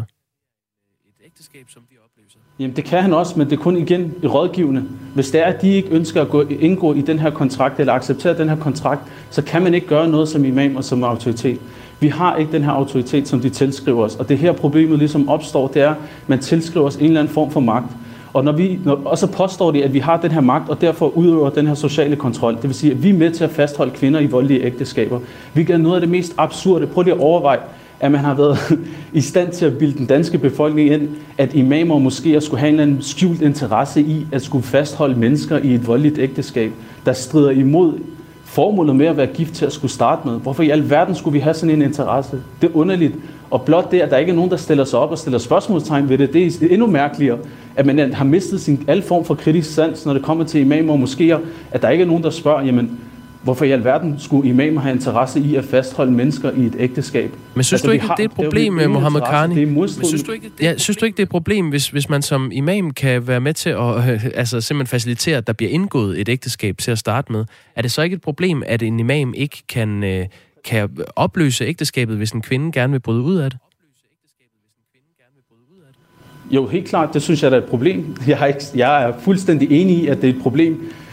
Et ægteskab, som vi opløser. Jamen det kan han også, men det er kun igen i rådgivende. Hvis det er, at de ikke ønsker at gå, indgå i den her kontrakt, eller acceptere den her kontrakt, så kan man ikke gøre noget som imam og som autoritet. Vi har ikke den her autoritet, som de tilskriver os. Og det her problemet ligesom opstår, det er, at man tilskriver os en eller anden form for magt. Og, når vi, når, og så påstår de, at vi har den her magt, og derfor udøver den her sociale kontrol. Det vil sige, at vi er med til at fastholde kvinder i voldelige ægteskaber. Vi gør noget af det mest absurde. Prøv lige at overveje, at man har været i stand til at bilde den danske befolkning ind, at imamer måske skulle have en eller anden skjult interesse i at skulle fastholde mennesker i et voldeligt ægteskab, der strider imod formålet med at være gift til at skulle starte med. Hvorfor i alverden skulle vi have sådan en interesse? Det er underligt. Og blot det, at der ikke er nogen, der stiller sig op og stiller spørgsmålstegn ved det, det er endnu mærkeligere, at man har mistet sin al form for kritisk sans, når det kommer til imamer og moskéer, at der ikke er nogen, der spørger, jamen, hvorfor i alverden skulle imamer have interesse i at fastholde mennesker i et ægteskab? Men synes altså, du ikke, har, det er et problem med Mohammed Karni? Men synes du ikke, det, ja, synes du ikke, det er et problem, hvis, hvis man som imam kan være med til at øh, altså simpelthen facilitere, at der bliver indgået et ægteskab til at starte med? Er det så ikke et problem, at en imam ikke kan, øh, kan opløse ægteskabet, hvis en kvinde gerne vil bryde ud af det? Jo, helt klart. Det synes jeg, der er et problem. Jeg, har ikke, jeg er fuldstændig enig i, at det er et problem.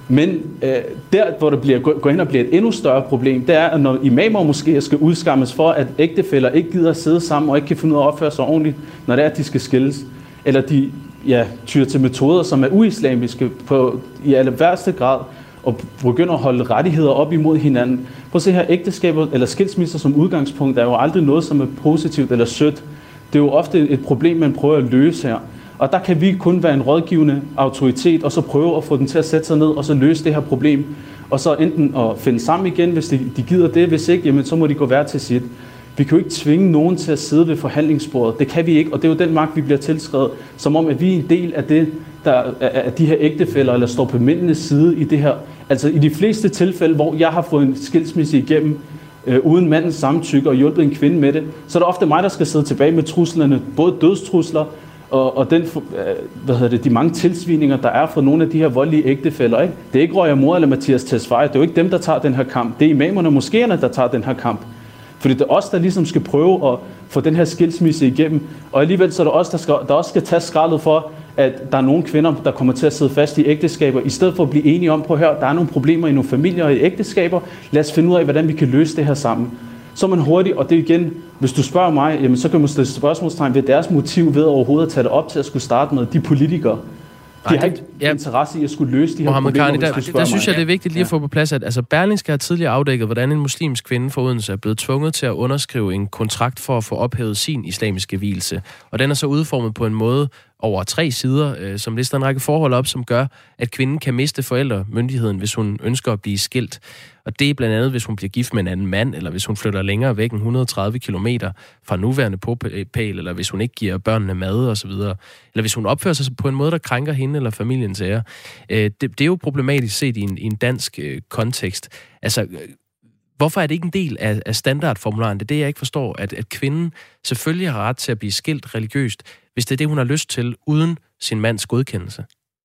Men øh, der, hvor det bliver, går hen og bliver et endnu større problem, det er, at når imamer måske skal udskammes for, at ægtefæller ikke gider at sidde sammen og ikke kan finde ud af at opføre sig ordentligt, når det er, at de skal skilles, eller de ja, tyrer til metoder, som er uislamiske på, i aller værste grad, og begynder at holde rettigheder op imod hinanden. Prøv at se her, ægteskaber eller skilsmisser som udgangspunkt er jo aldrig noget, som er positivt eller sødt. Det er jo ofte et problem, man prøver at løse her. Og der kan vi kun være en rådgivende autoritet, og så prøve at få dem til at sætte sig ned, og så løse det her problem. Og så enten at finde sammen igen, hvis de, de gider det. Hvis ikke, jamen, så må de gå hver til sit. Vi kan jo ikke tvinge nogen til at sidde ved forhandlingsbordet. Det kan vi ikke, og det er jo den magt, vi bliver tilskrevet, som om, at vi er en del af det, der er de her ægtefæller, eller står på mændenes side i det her. Altså i de fleste tilfælde, hvor jeg har fået en skilsmisse igennem, øh, uden mandens samtykke og hjulpet en kvinde med det, så er det ofte mig, der skal sidde tilbage med truslerne, både dødstrusler, og, og den, hvad hedder det, de mange tilsvininger, der er fra nogle af de her voldelige ægtefæller. Ikke? Det er ikke Roya Moore eller Mathias Tesfaye, det er jo ikke dem, der tager den her kamp. Det er imamerne og moskéerne, der tager den her kamp. Fordi det er os, der ligesom skal prøve at få den her skilsmisse igennem. Og alligevel så er det os, der, skal, der også skal tage skraldet for, at der er nogle kvinder, der kommer til at sidde fast i ægteskaber, i stedet for at blive enige om, på at høre, der er nogle problemer i nogle familier og i ægteskaber. Lad os finde ud af, hvordan vi kan løse det her sammen. Så er man hurtigt, og det er igen, hvis du spørger mig, jamen, så kan man stille spørgsmålstegn ved deres motiv ved overhovedet at tage det op til at skulle starte med de politikere. De har ikke ja. interesse i at skulle løse de her Mohammed problemer, Karni, der, der, der synes jeg, det er vigtigt lige at få på plads, at altså, Berlingske har tidligere afdækket, hvordan en muslimsk kvinde fra Odense er blevet tvunget til at underskrive en kontrakt for at få ophævet sin islamiske vielse. Og den er så udformet på en måde over tre sider, øh, som lister en række forhold op, som gør, at kvinden kan miste forældremyndigheden, hvis hun ønsker at blive skilt. Og det er blandt andet, hvis hun bliver gift med en anden mand, eller hvis hun flytter længere væk end et hundrede og tredive kilometer fra nuværende bopæl, eller hvis hun ikke giver børnene mad osv. Eller hvis hun opfører sig på en måde, der krænker hende eller familiens ære. Øh, det, det er jo problematisk set i en, i en dansk øh, kontekst. Altså, hvorfor er det ikke en del af, af standardformularen? Det er det, jeg ikke forstår, at, at kvinden selvfølgelig har ret til at blive skilt religiøst, hvis det er det, hun har lyst til, uden sin mands godkendelse.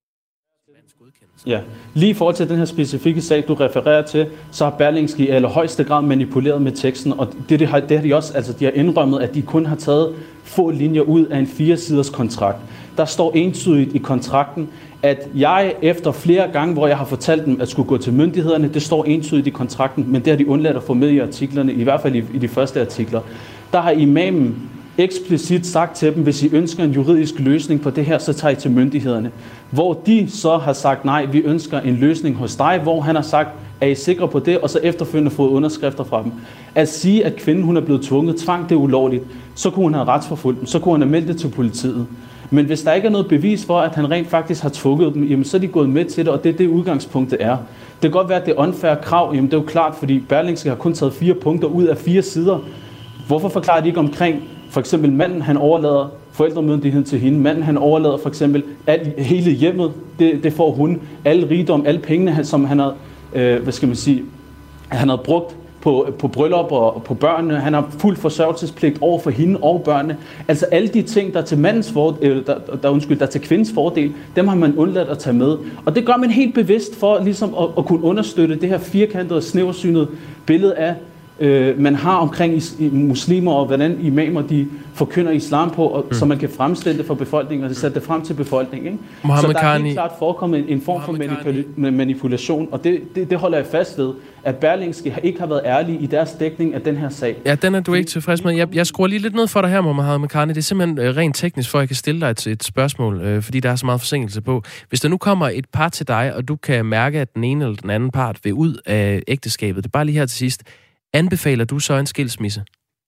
Ja, lige i forhold til den her specifikke sag, du refererer til, så har Berlingske i allerhøjeste grad manipuleret med teksten, og det, det, har, det har de også, altså de har indrømmet, at de kun har taget få linjer ud af en fire-siders kontrakt. Der står entydigt i kontrakten, at jeg efter flere gange, hvor jeg har fortalt dem at skulle gå til myndighederne, det står entydigt i kontrakten, men det har de undladt at få med i artiklerne, i hvert fald i, i de første artikler. Der har imamen eksplicit sagt til dem, hvis I ønsker en juridisk løsning på det her, så tager I til myndighederne. Hvor de så har sagt, nej, vi ønsker en løsning hos dig, hvor han har sagt, er I sikre på det, og så efterfølgende fået underskrifter fra dem. At sige, at kvinden hun er blevet tvunget, tvang det er ulovligt, så kunne hun have retsforfulgt dem, så kunne hun have meldt det til politiet. Men hvis der ikke er noget bevis for, at han rent faktisk har tvunget dem, jamen så er de gået med til det, og det er det udgangspunktet er. Det kan godt være, at det er unfair krav, jamen det er jo klart, fordi Berlingske har kun taget fire punkter ud af fire sider. Hvorfor forklarer de ikke omkring, for eksempel manden, han overlader forældremyndigheden til hende. Manden, han overlader for eksempel alt, hele hjemmet, det, det får hun. Alle rigdom, alle pengene, som han har, øh, hvad skal man sige, han har brugt på, på bryllup og på børnene. Han har fuld forsørgelsespligt over for hende og børnene. Altså alle de ting, der er til mandens for, øh, der, der, undskyld, der er til kvindens fordel, dem har man undladt at tage med. Og det gør man helt bevidst for ligesom at, at kunne understøtte det her firkantede og snæversynede billede af, Øh, man har omkring is- muslimer og hvordan imamer de forkynder islam på, og, mm. så man kan fremstille det for befolkningen og sætte det frem til befolkningen. Ikke? Så der er helt klart forekommet en, en form Mohammed for manipula- manipulation, og det, det, det holder jeg fast ved, at Berlingske ikke har været ærlige i deres dækning af den her sag. Ja, den er du ikke tilfreds med. Jeg, jeg skruer lige lidt ned for dig her, Mohammed Karni. Det er simpelthen øh, rent teknisk, for at jeg kan stille dig et, et spørgsmål, øh, fordi der er så meget forsinkelse på. Hvis der nu kommer et par til dig, og du kan mærke, at den ene eller den anden part vil ud af ægteskabet, det er bare lige her til sidst, anbefaler du så en skilsmisse?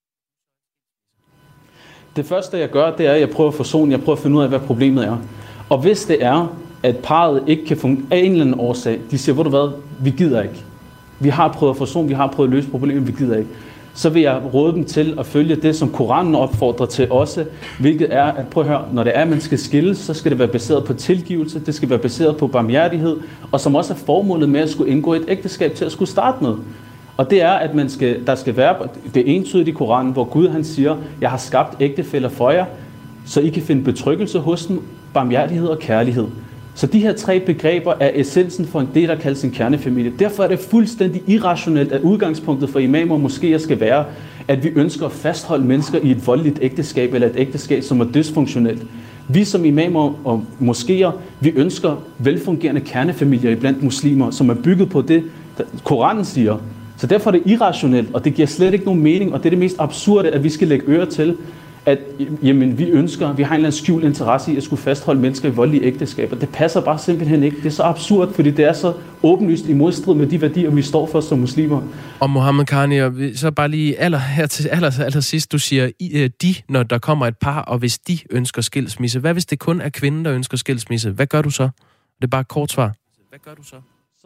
Det første, jeg gør, det er, at jeg prøver at forsone, jeg prøver at finde ud af, hvad problemet er. Og hvis det er, at parret ikke kan fungere af en eller anden årsag, de siger, hvor du hvad, vi gider ikke. Vi har prøvet at forsone, vi har prøvet at løse problemet, vi gider ikke. Så vil jeg råde dem til at følge det, som Koranen opfordrer til også, hvilket er, at prøv at høre, når det er, at man skal skilles, så skal det være baseret på tilgivelse, det skal være baseret på barmhjertighed, og som også er formålet med at skulle indgå et ægteskab til at skulle starte med. Og det er, at man skal, der skal være, det er entydigt i Koranen, hvor Gud han siger, jeg har skabt ægtefæller for jer, så I kan finde betryggelse hos dem, barmhjertighed og kærlighed. Så de her tre begreber er essensen for en det, der kaldes en kernefamilie. Derfor er det fuldstændig irrationelt, at udgangspunktet for imamer og moskéer skal være, at vi ønsker at fastholde mennesker i et voldeligt ægteskab, eller et ægteskab, som er dysfunktionelt. Vi som imamer og moskéer, vi ønsker velfungerende kernefamilier iblandt muslimer, som er bygget på det, Koranen siger. Så derfor er det irrationelt, og det giver slet ikke nogen mening, og det er det mest absurde, at vi skal lægge øre til, at jamen, vi ønsker, vi har en eller anden skjult interesse i at skulle fastholde mennesker i voldelige ægteskaber. Det passer bare simpelthen ikke. Det er så absurd, fordi det er så åbenlyst i modstrid med de værdier, vi står for som muslimer. Og Mohammed Karni, så bare lige aller, her til aller, aller sidst, du siger de, når der kommer et par, og hvis de ønsker skilsmisse. Hvad hvis det kun er kvinden, der ønsker skilsmisse? Hvad gør du så? Det er bare et kort svar. Hvad gør du så?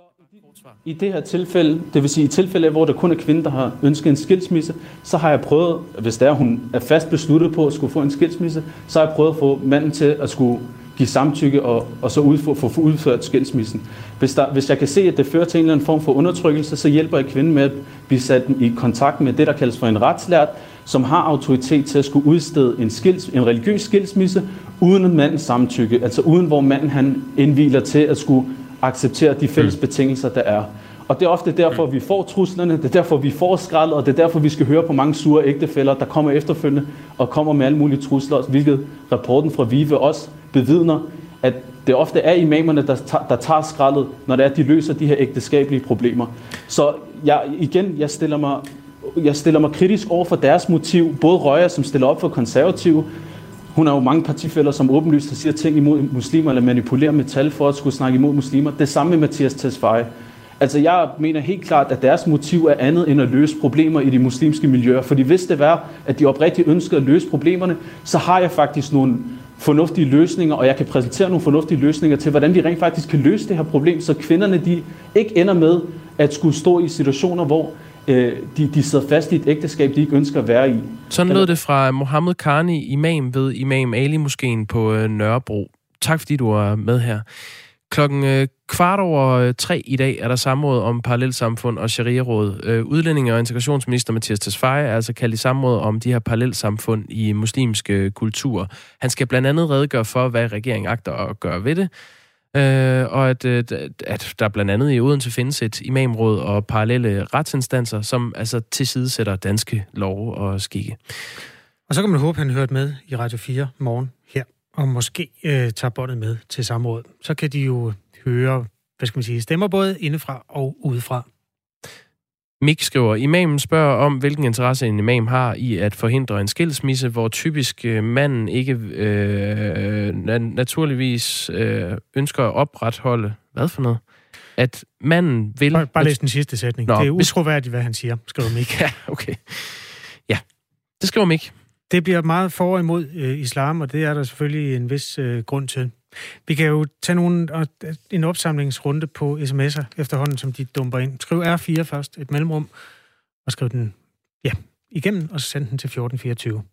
I det her tilfælde, det vil sige i tilfælde, hvor der kun er kvinden, der har ønsket en skilsmisse, så har jeg prøvet, hvis der hun er fast besluttet på at skulle få en skilsmisse, så har jeg prøvet at få manden til at skulle give samtykke og, og så udføre, få, få udført skilsmissen. Hvis, der, hvis jeg kan se, at det fører til en eller anden form for undertrykkelse, så hjælper jeg kvinden med at blive sat i kontakt med det, der kaldes for en retslært, som har autoritet til at skulle udstede en, skils, en religiøs skilsmisse uden mandens samtykke, altså uden hvor manden han indhviler til at skulle acceptere de fælles betingelser, der er. Og det er ofte derfor, vi får truslerne, det er derfor, vi får skraldet, og det er derfor, vi skal høre på mange sure ægtefæller, der kommer efterfølgende og kommer med alle mulige trusler, hvilket rapporten fra VIVE også bevidner, at det ofte er imamerne, der, tager, der tager skraldet, når det er, at de løser de her ægteskabelige problemer. Så jeg, igen, jeg stiller mig, jeg stiller mig kritisk over for deres motiv, både Røjer, som stiller op for konservative. Hun har jo mange partifæller, som åbenlyst siger ting imod muslimer, eller manipulerer med tal for at skulle snakke imod muslimer. Det samme med Mathias Tesfaye. Altså jeg mener helt klart, at deres motiv er andet end at løse problemer i de muslimske miljøer. Fordi hvis det var, at de oprigtigt ønsker at løse problemerne, så har jeg faktisk nogle fornuftige løsninger, og jeg kan præsentere nogle fornuftige løsninger til, hvordan vi rent faktisk kan løse det her problem, så kvinderne de ikke ender med at skulle stå i situationer, hvor øh, de, de sidder fast i et ægteskab, de ikke ønsker at være i. Sådan lød det fra Mohammed Karni, imam ved Imam Ali-moskeen på øh, Nørrebro. Tak fordi du er med her. Klokken øh, kvart over tre i dag er der samråd om parallelsamfund og sharia-råd. Øh, udlændinge- og integrationsminister Mathias Tesfaye er altså kaldt i samråd om de her parallelsamfund i muslimske kulturer. Han skal blandt andet redegøre for, hvad regeringen agter at gøre ved det, øh, og at, øh, at der blandt andet i Odense findes et imamråd og parallelle retsinstanser, som altså tilsidesætter danske love og skikke. Og så kan man håbe, at han hørte med i Radio fire morgen her, og måske øh, tager båndet med til samråd. Så kan de jo høre, hvad skal man sige, stemmer både indefra og udefra. Mik skriver, imamen spørger om, hvilken interesse en imam har i at forhindre en skilsmisse, hvor typisk øh, manden ikke øh, naturligvis øh, ønsker at opretholde, hvad for noget? At manden vil... Bare, bare læs den sidste sætning. Nå, det er utroværdigt, hvad han siger, skriver Mik. Ja, okay. Ja, det skriver Mik. Det bliver meget for og imod øh, islam, og det er der selvfølgelig en vis øh, grund til. Vi kan jo tage nogle, en opsamlingsrunde på sms'er efterhånden, som de dumper ind. Skriv R fire først, et mellemrum, og skriv den ja, igennem, og så send den til fjorten fireogtyve.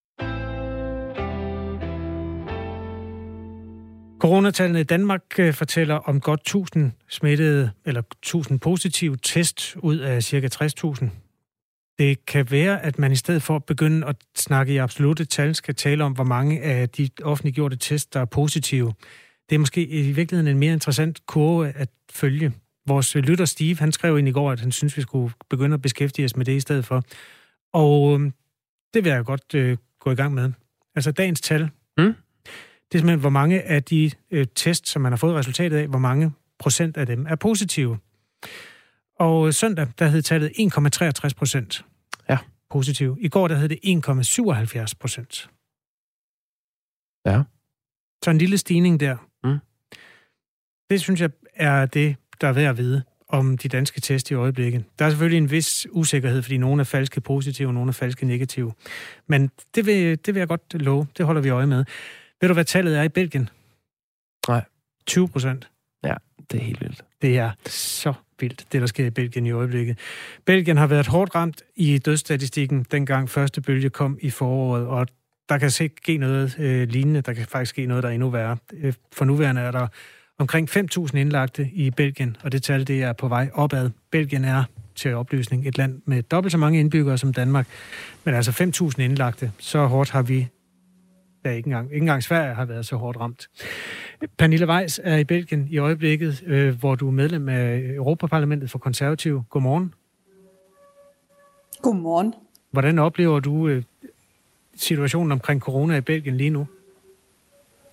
Coronatallene i Danmark fortæller om godt tusind smittede, eller tusind positive test ud af cirka tres tusind. Det kan være, at man i stedet for at begynde at snakke i absolutte tal, skal tale om, hvor mange af de offentliggjorte test, der er positive. Det er måske i virkeligheden en mere interessant kurve at følge. Vores lytter Steve, han skrev ind i går, at han synes, vi skulle begynde at beskæftige os med det i stedet for. Og det vil jeg godt øh, gå i gang med. Altså dagens tal. Mm. Det er simpelthen, hvor mange af de øh, tests, som man har fået resultatet af, hvor mange procent af dem er positive. Og søndag, der hed tallet en komma treogtres procent ja. positiv. I går, der hed det en komma syvoghalvfjerds procent. Ja. Så en lille stigning der. Mm. Det synes jeg er det, der er værd at vide om de danske test i øjeblikket. Der er selvfølgelig en vis usikkerhed, fordi nogle er falske positive, og nogle er falske negative. Men det vil, det vil jeg godt love. Det holder vi øje med. Ved du, hvad tallet er i Belgien? Nej. tyve procent. Ja, det er helt vildt. Det er så vildt, det der sker i Belgien i øjeblikket. Belgien har været hårdt ramt i dødsstatistikken, dengang første bølge kom i foråret, og der kan ske noget øh, lignende. Der kan faktisk ske noget, der er endnu værre. For nuværende er der omkring fem tusind indlagte i Belgien, og det tal det er på vej opad. Belgien er til oplysning et land med dobbelt så mange indbyggere som Danmark, men altså fem tusind indlagte. Så hårdt har vi Ja, ikke engang. Ikke engang Sverige har været så hårdt ramt. Pernille Weiss er i Belgien i øjeblikket, øh, hvor du er medlem af Europaparlamentet for Konservative. Godmorgen. Godmorgen. Hvordan oplever du øh, situationen omkring corona i Belgien lige nu?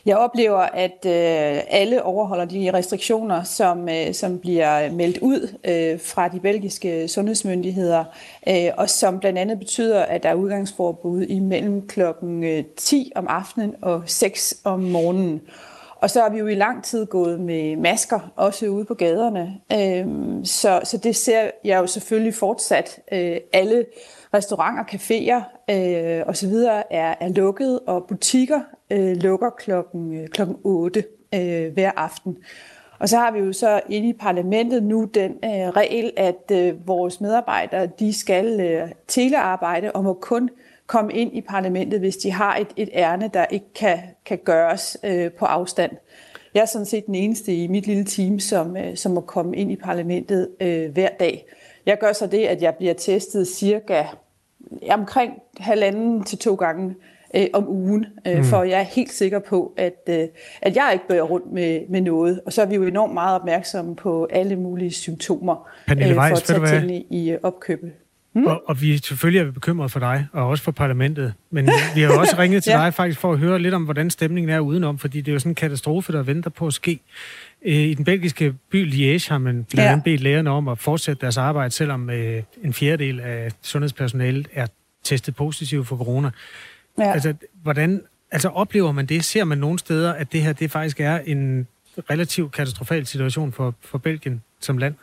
Jeg oplever, at øh, alle overholder de restriktioner, som, øh, som bliver meldt ud øh, fra de belgiske sundhedsmyndigheder, øh, og som blandt andet betyder, at der er udgangsforbud imellem klokken ti om aftenen og seks om morgenen. Og så har vi jo i lang tid gået med masker, også ude på gaderne. Øhm, så, så det ser jeg jo selvfølgelig fortsat. Øh, alle restauranter, caféer øh, osv. Er, er lukket, og butikker øh, lukker klokken, klokken otte øh, hver aften. Og så har vi jo så inde i parlamentet nu den øh, regel, at øh, vores medarbejdere de skal øh, telearbejde og må kun komme ind i parlamentet, hvis de har et, et ærne, der ikke kan, kan gøres øh, på afstand. Jeg er sådan set den eneste i mit lille team, som, øh, som må komme ind i parlamentet øh, hver dag. Jeg gør så det, at jeg bliver testet cirka omkring halvanden til to gange øh, om ugen, øh, mm. for jeg er helt sikker på, at, øh, at jeg ikke bøjer rundt med, med noget. Og så er vi jo enormt meget opmærksomme på alle mulige symptomer Pernille øh, for Weiss, at tage tingene i øh, opkøbet. Hmm? Og, og vi selvfølgelig er bekymrede for dig, og også for parlamentet. Men vi har jo også ringet til ja. dig faktisk for at høre lidt om, hvordan stemningen er udenom, fordi det er jo sådan en katastrofe, der venter på at ske. I den belgiske by Liège har man blandt andet bedt lægerne om at fortsætte deres arbejde, selvom øh, en fjerdedel af sundhedspersonalet er testet positiv for corona. Ja. Altså, hvordan altså, oplever man det? Ser man nogle steder, at det her det faktisk er en relativt katastrofal situation for, for Belgien som land?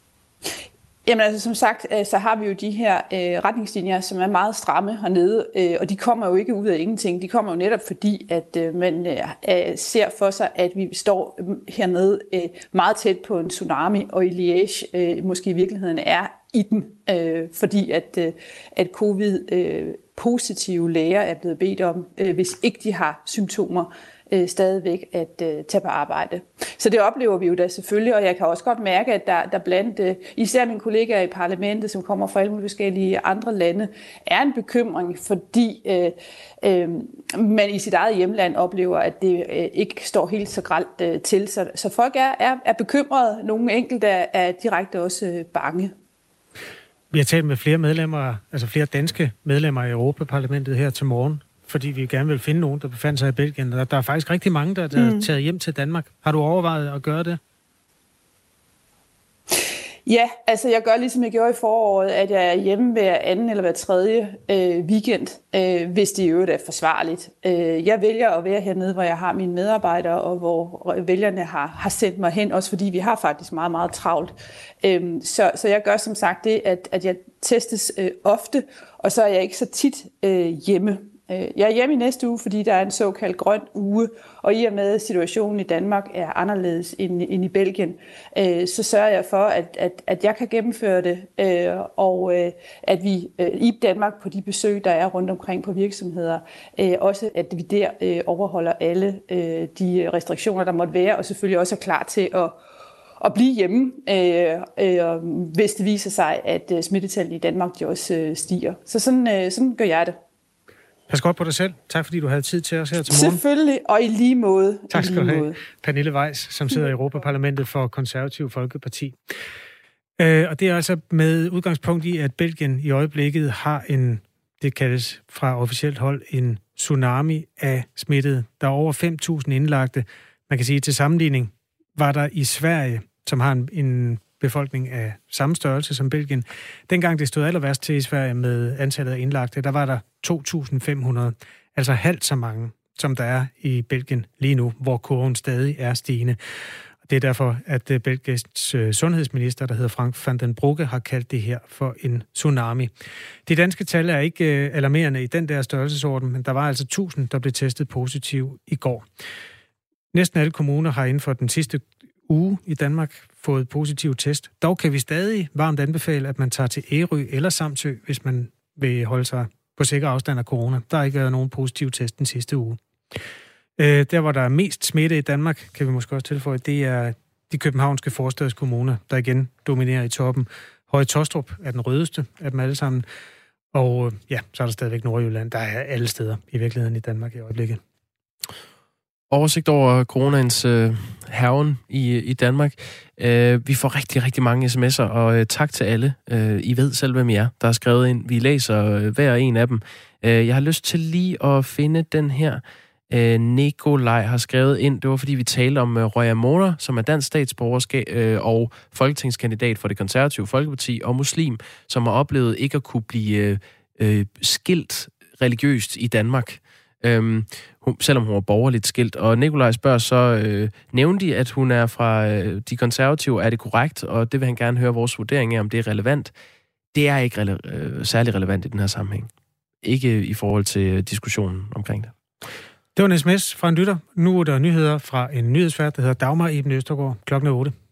Jamen altså, som sagt, så har vi jo de her øh, retningslinjer, som er meget stramme hernede, øh, og de kommer jo ikke ud af ingenting. De kommer jo netop fordi, at øh, man øh, ser for sig, at vi står hernede øh, meget tæt på en tsunami, og i Liège øh, måske i virkeligheden er i den, øh, fordi at, øh, at covid-positive øh, læger er blevet bedt om, øh, hvis ikke de har symptomer, Øh, stadigvæk at øh, tage på arbejde. Så det oplever vi jo da selvfølgelig, og jeg kan også godt mærke, at der, der blandt øh, især mine kollegaer i parlamentet, som kommer fra alle mulige forskellige andre lande, er en bekymring, fordi øh, øh, man i sit eget hjemland oplever, at det øh, ikke står helt så grelt øh, til. Så, så folk er, er, er bekymrede. Nogle enkelte er, er direkte også øh, bange. Vi har talt med flere medlemmer, altså flere danske medlemmer i Europaparlamentet her til morgen, fordi vi gerne vil finde nogen, der befandt sig i Belgien. Der, der er faktisk rigtig mange, der er mm. taget hjem til Danmark. Har du overvejet at gøre det? Ja, altså jeg gør ligesom jeg gjorde i foråret, at jeg er hjemme hver anden eller hver tredje øh, weekend, øh, hvis det i øvrigt er forsvarligt. Øh, jeg vælger at være hernede, hvor jeg har mine medarbejdere, og hvor vælgerne har, har sendt mig hen, også fordi vi har faktisk meget, meget travlt. Øh, så, så jeg gør som sagt det, at, at jeg testes øh, ofte, og så er jeg ikke så tit øh, hjemme. Jeg er hjemme i næste uge, fordi der er en såkaldt grøn uge, og i og med at situationen i Danmark er anderledes end, end i Belgien, øh, så sørger jeg for, at, at, at jeg kan gennemføre det, øh, og øh, at vi øh, i Danmark på de besøg, der er rundt omkring på virksomheder, øh, også at vi der øh, overholder alle øh, de restriktioner, der måtte være, og selvfølgelig også er klar til at at blive hjemme, øh, øh, hvis det viser sig, at øh, smittetallene i Danmark de også øh, stiger. Så sådan, øh, sådan gør jeg det. Pas godt på dig selv. Tak fordi du havde tid til os her til morgen. Selvfølgelig, og i lige måde. Tak skal du have. Pernille Weiss, som sidder i Europaparlamentet for Konservativ Folkeparti. Øh, og det er altså med udgangspunkt i, at Belgien i øjeblikket har en, det kaldes fra officielt hold, en tsunami af smittede. Der er over fem tusind indlagte. Man kan sige, til sammenligning var der i Sverige, som har en, en befolkning af samme størrelse som Belgien. Dengang det stod aller værst til i Sverige med antallet af indlagte, der var der to tusind fem hundrede, altså halvt så mange, som der er i Belgien lige nu, hvor kurven stadig er stigende. Det er derfor, at Belgiens sundhedsminister, der hedder Frank van den Broeke, har kaldt det her for en tsunami. De danske tal er ikke alarmerende i den der størrelsesorden, men der var altså tusind, der blev testet positiv i går. Næsten alle kommuner har inden for den sidste uge i Danmark fået positiv test. Dog kan vi stadig varmt anbefale, at man tager til Ærø eller Samsø, hvis man vil holde sig på sikker afstand af corona. Der har ikke været nogen positiv test den sidste uge. Øh, der, hvor der er mest smitte i Danmark, kan vi måske også tilføje, det er de københavnske forstadskommuner, der igen dominerer i toppen. Høje Taastrup er den rødeste af dem alle sammen. Og ja, så er der stadigvæk Nordjylland. Der er alle steder i virkeligheden i Danmark i øjeblikket. Oversigt over coronaens øh, hærgen i, i Danmark. Øh, vi får rigtig, rigtig mange sms'er, og øh, tak til alle. Øh, I ved selv, hvem I er, der har skrevet ind. Vi læser øh, hver en af dem. Øh, jeg har lyst til lige at finde den her. Øh, Nikolaj har skrevet ind, det var fordi vi talte om uh, Roya Moore, som er dansk statsborger øh, og folketingskandidat for det konservative Folkeparti, og muslim, som har oplevet ikke at kunne blive øh, øh, skilt religiøst i Danmark. Øhm, hun, selvom hun var borgerligt skilt. Og Nikolaj spørger så, øh, nævnte de, at hun er fra øh, de konservative, er det korrekt? Og det vil han gerne høre vores vurdering af, om det er relevant. Det er ikke rele- øh, særlig relevant i den her sammenhæng. Ikke i forhold til diskussionen omkring det. Det var en sms fra en lytter. Nu er der nyheder fra en nyhedsvært, der hedder Dagmar Eben Østergaard. Klokken er otte.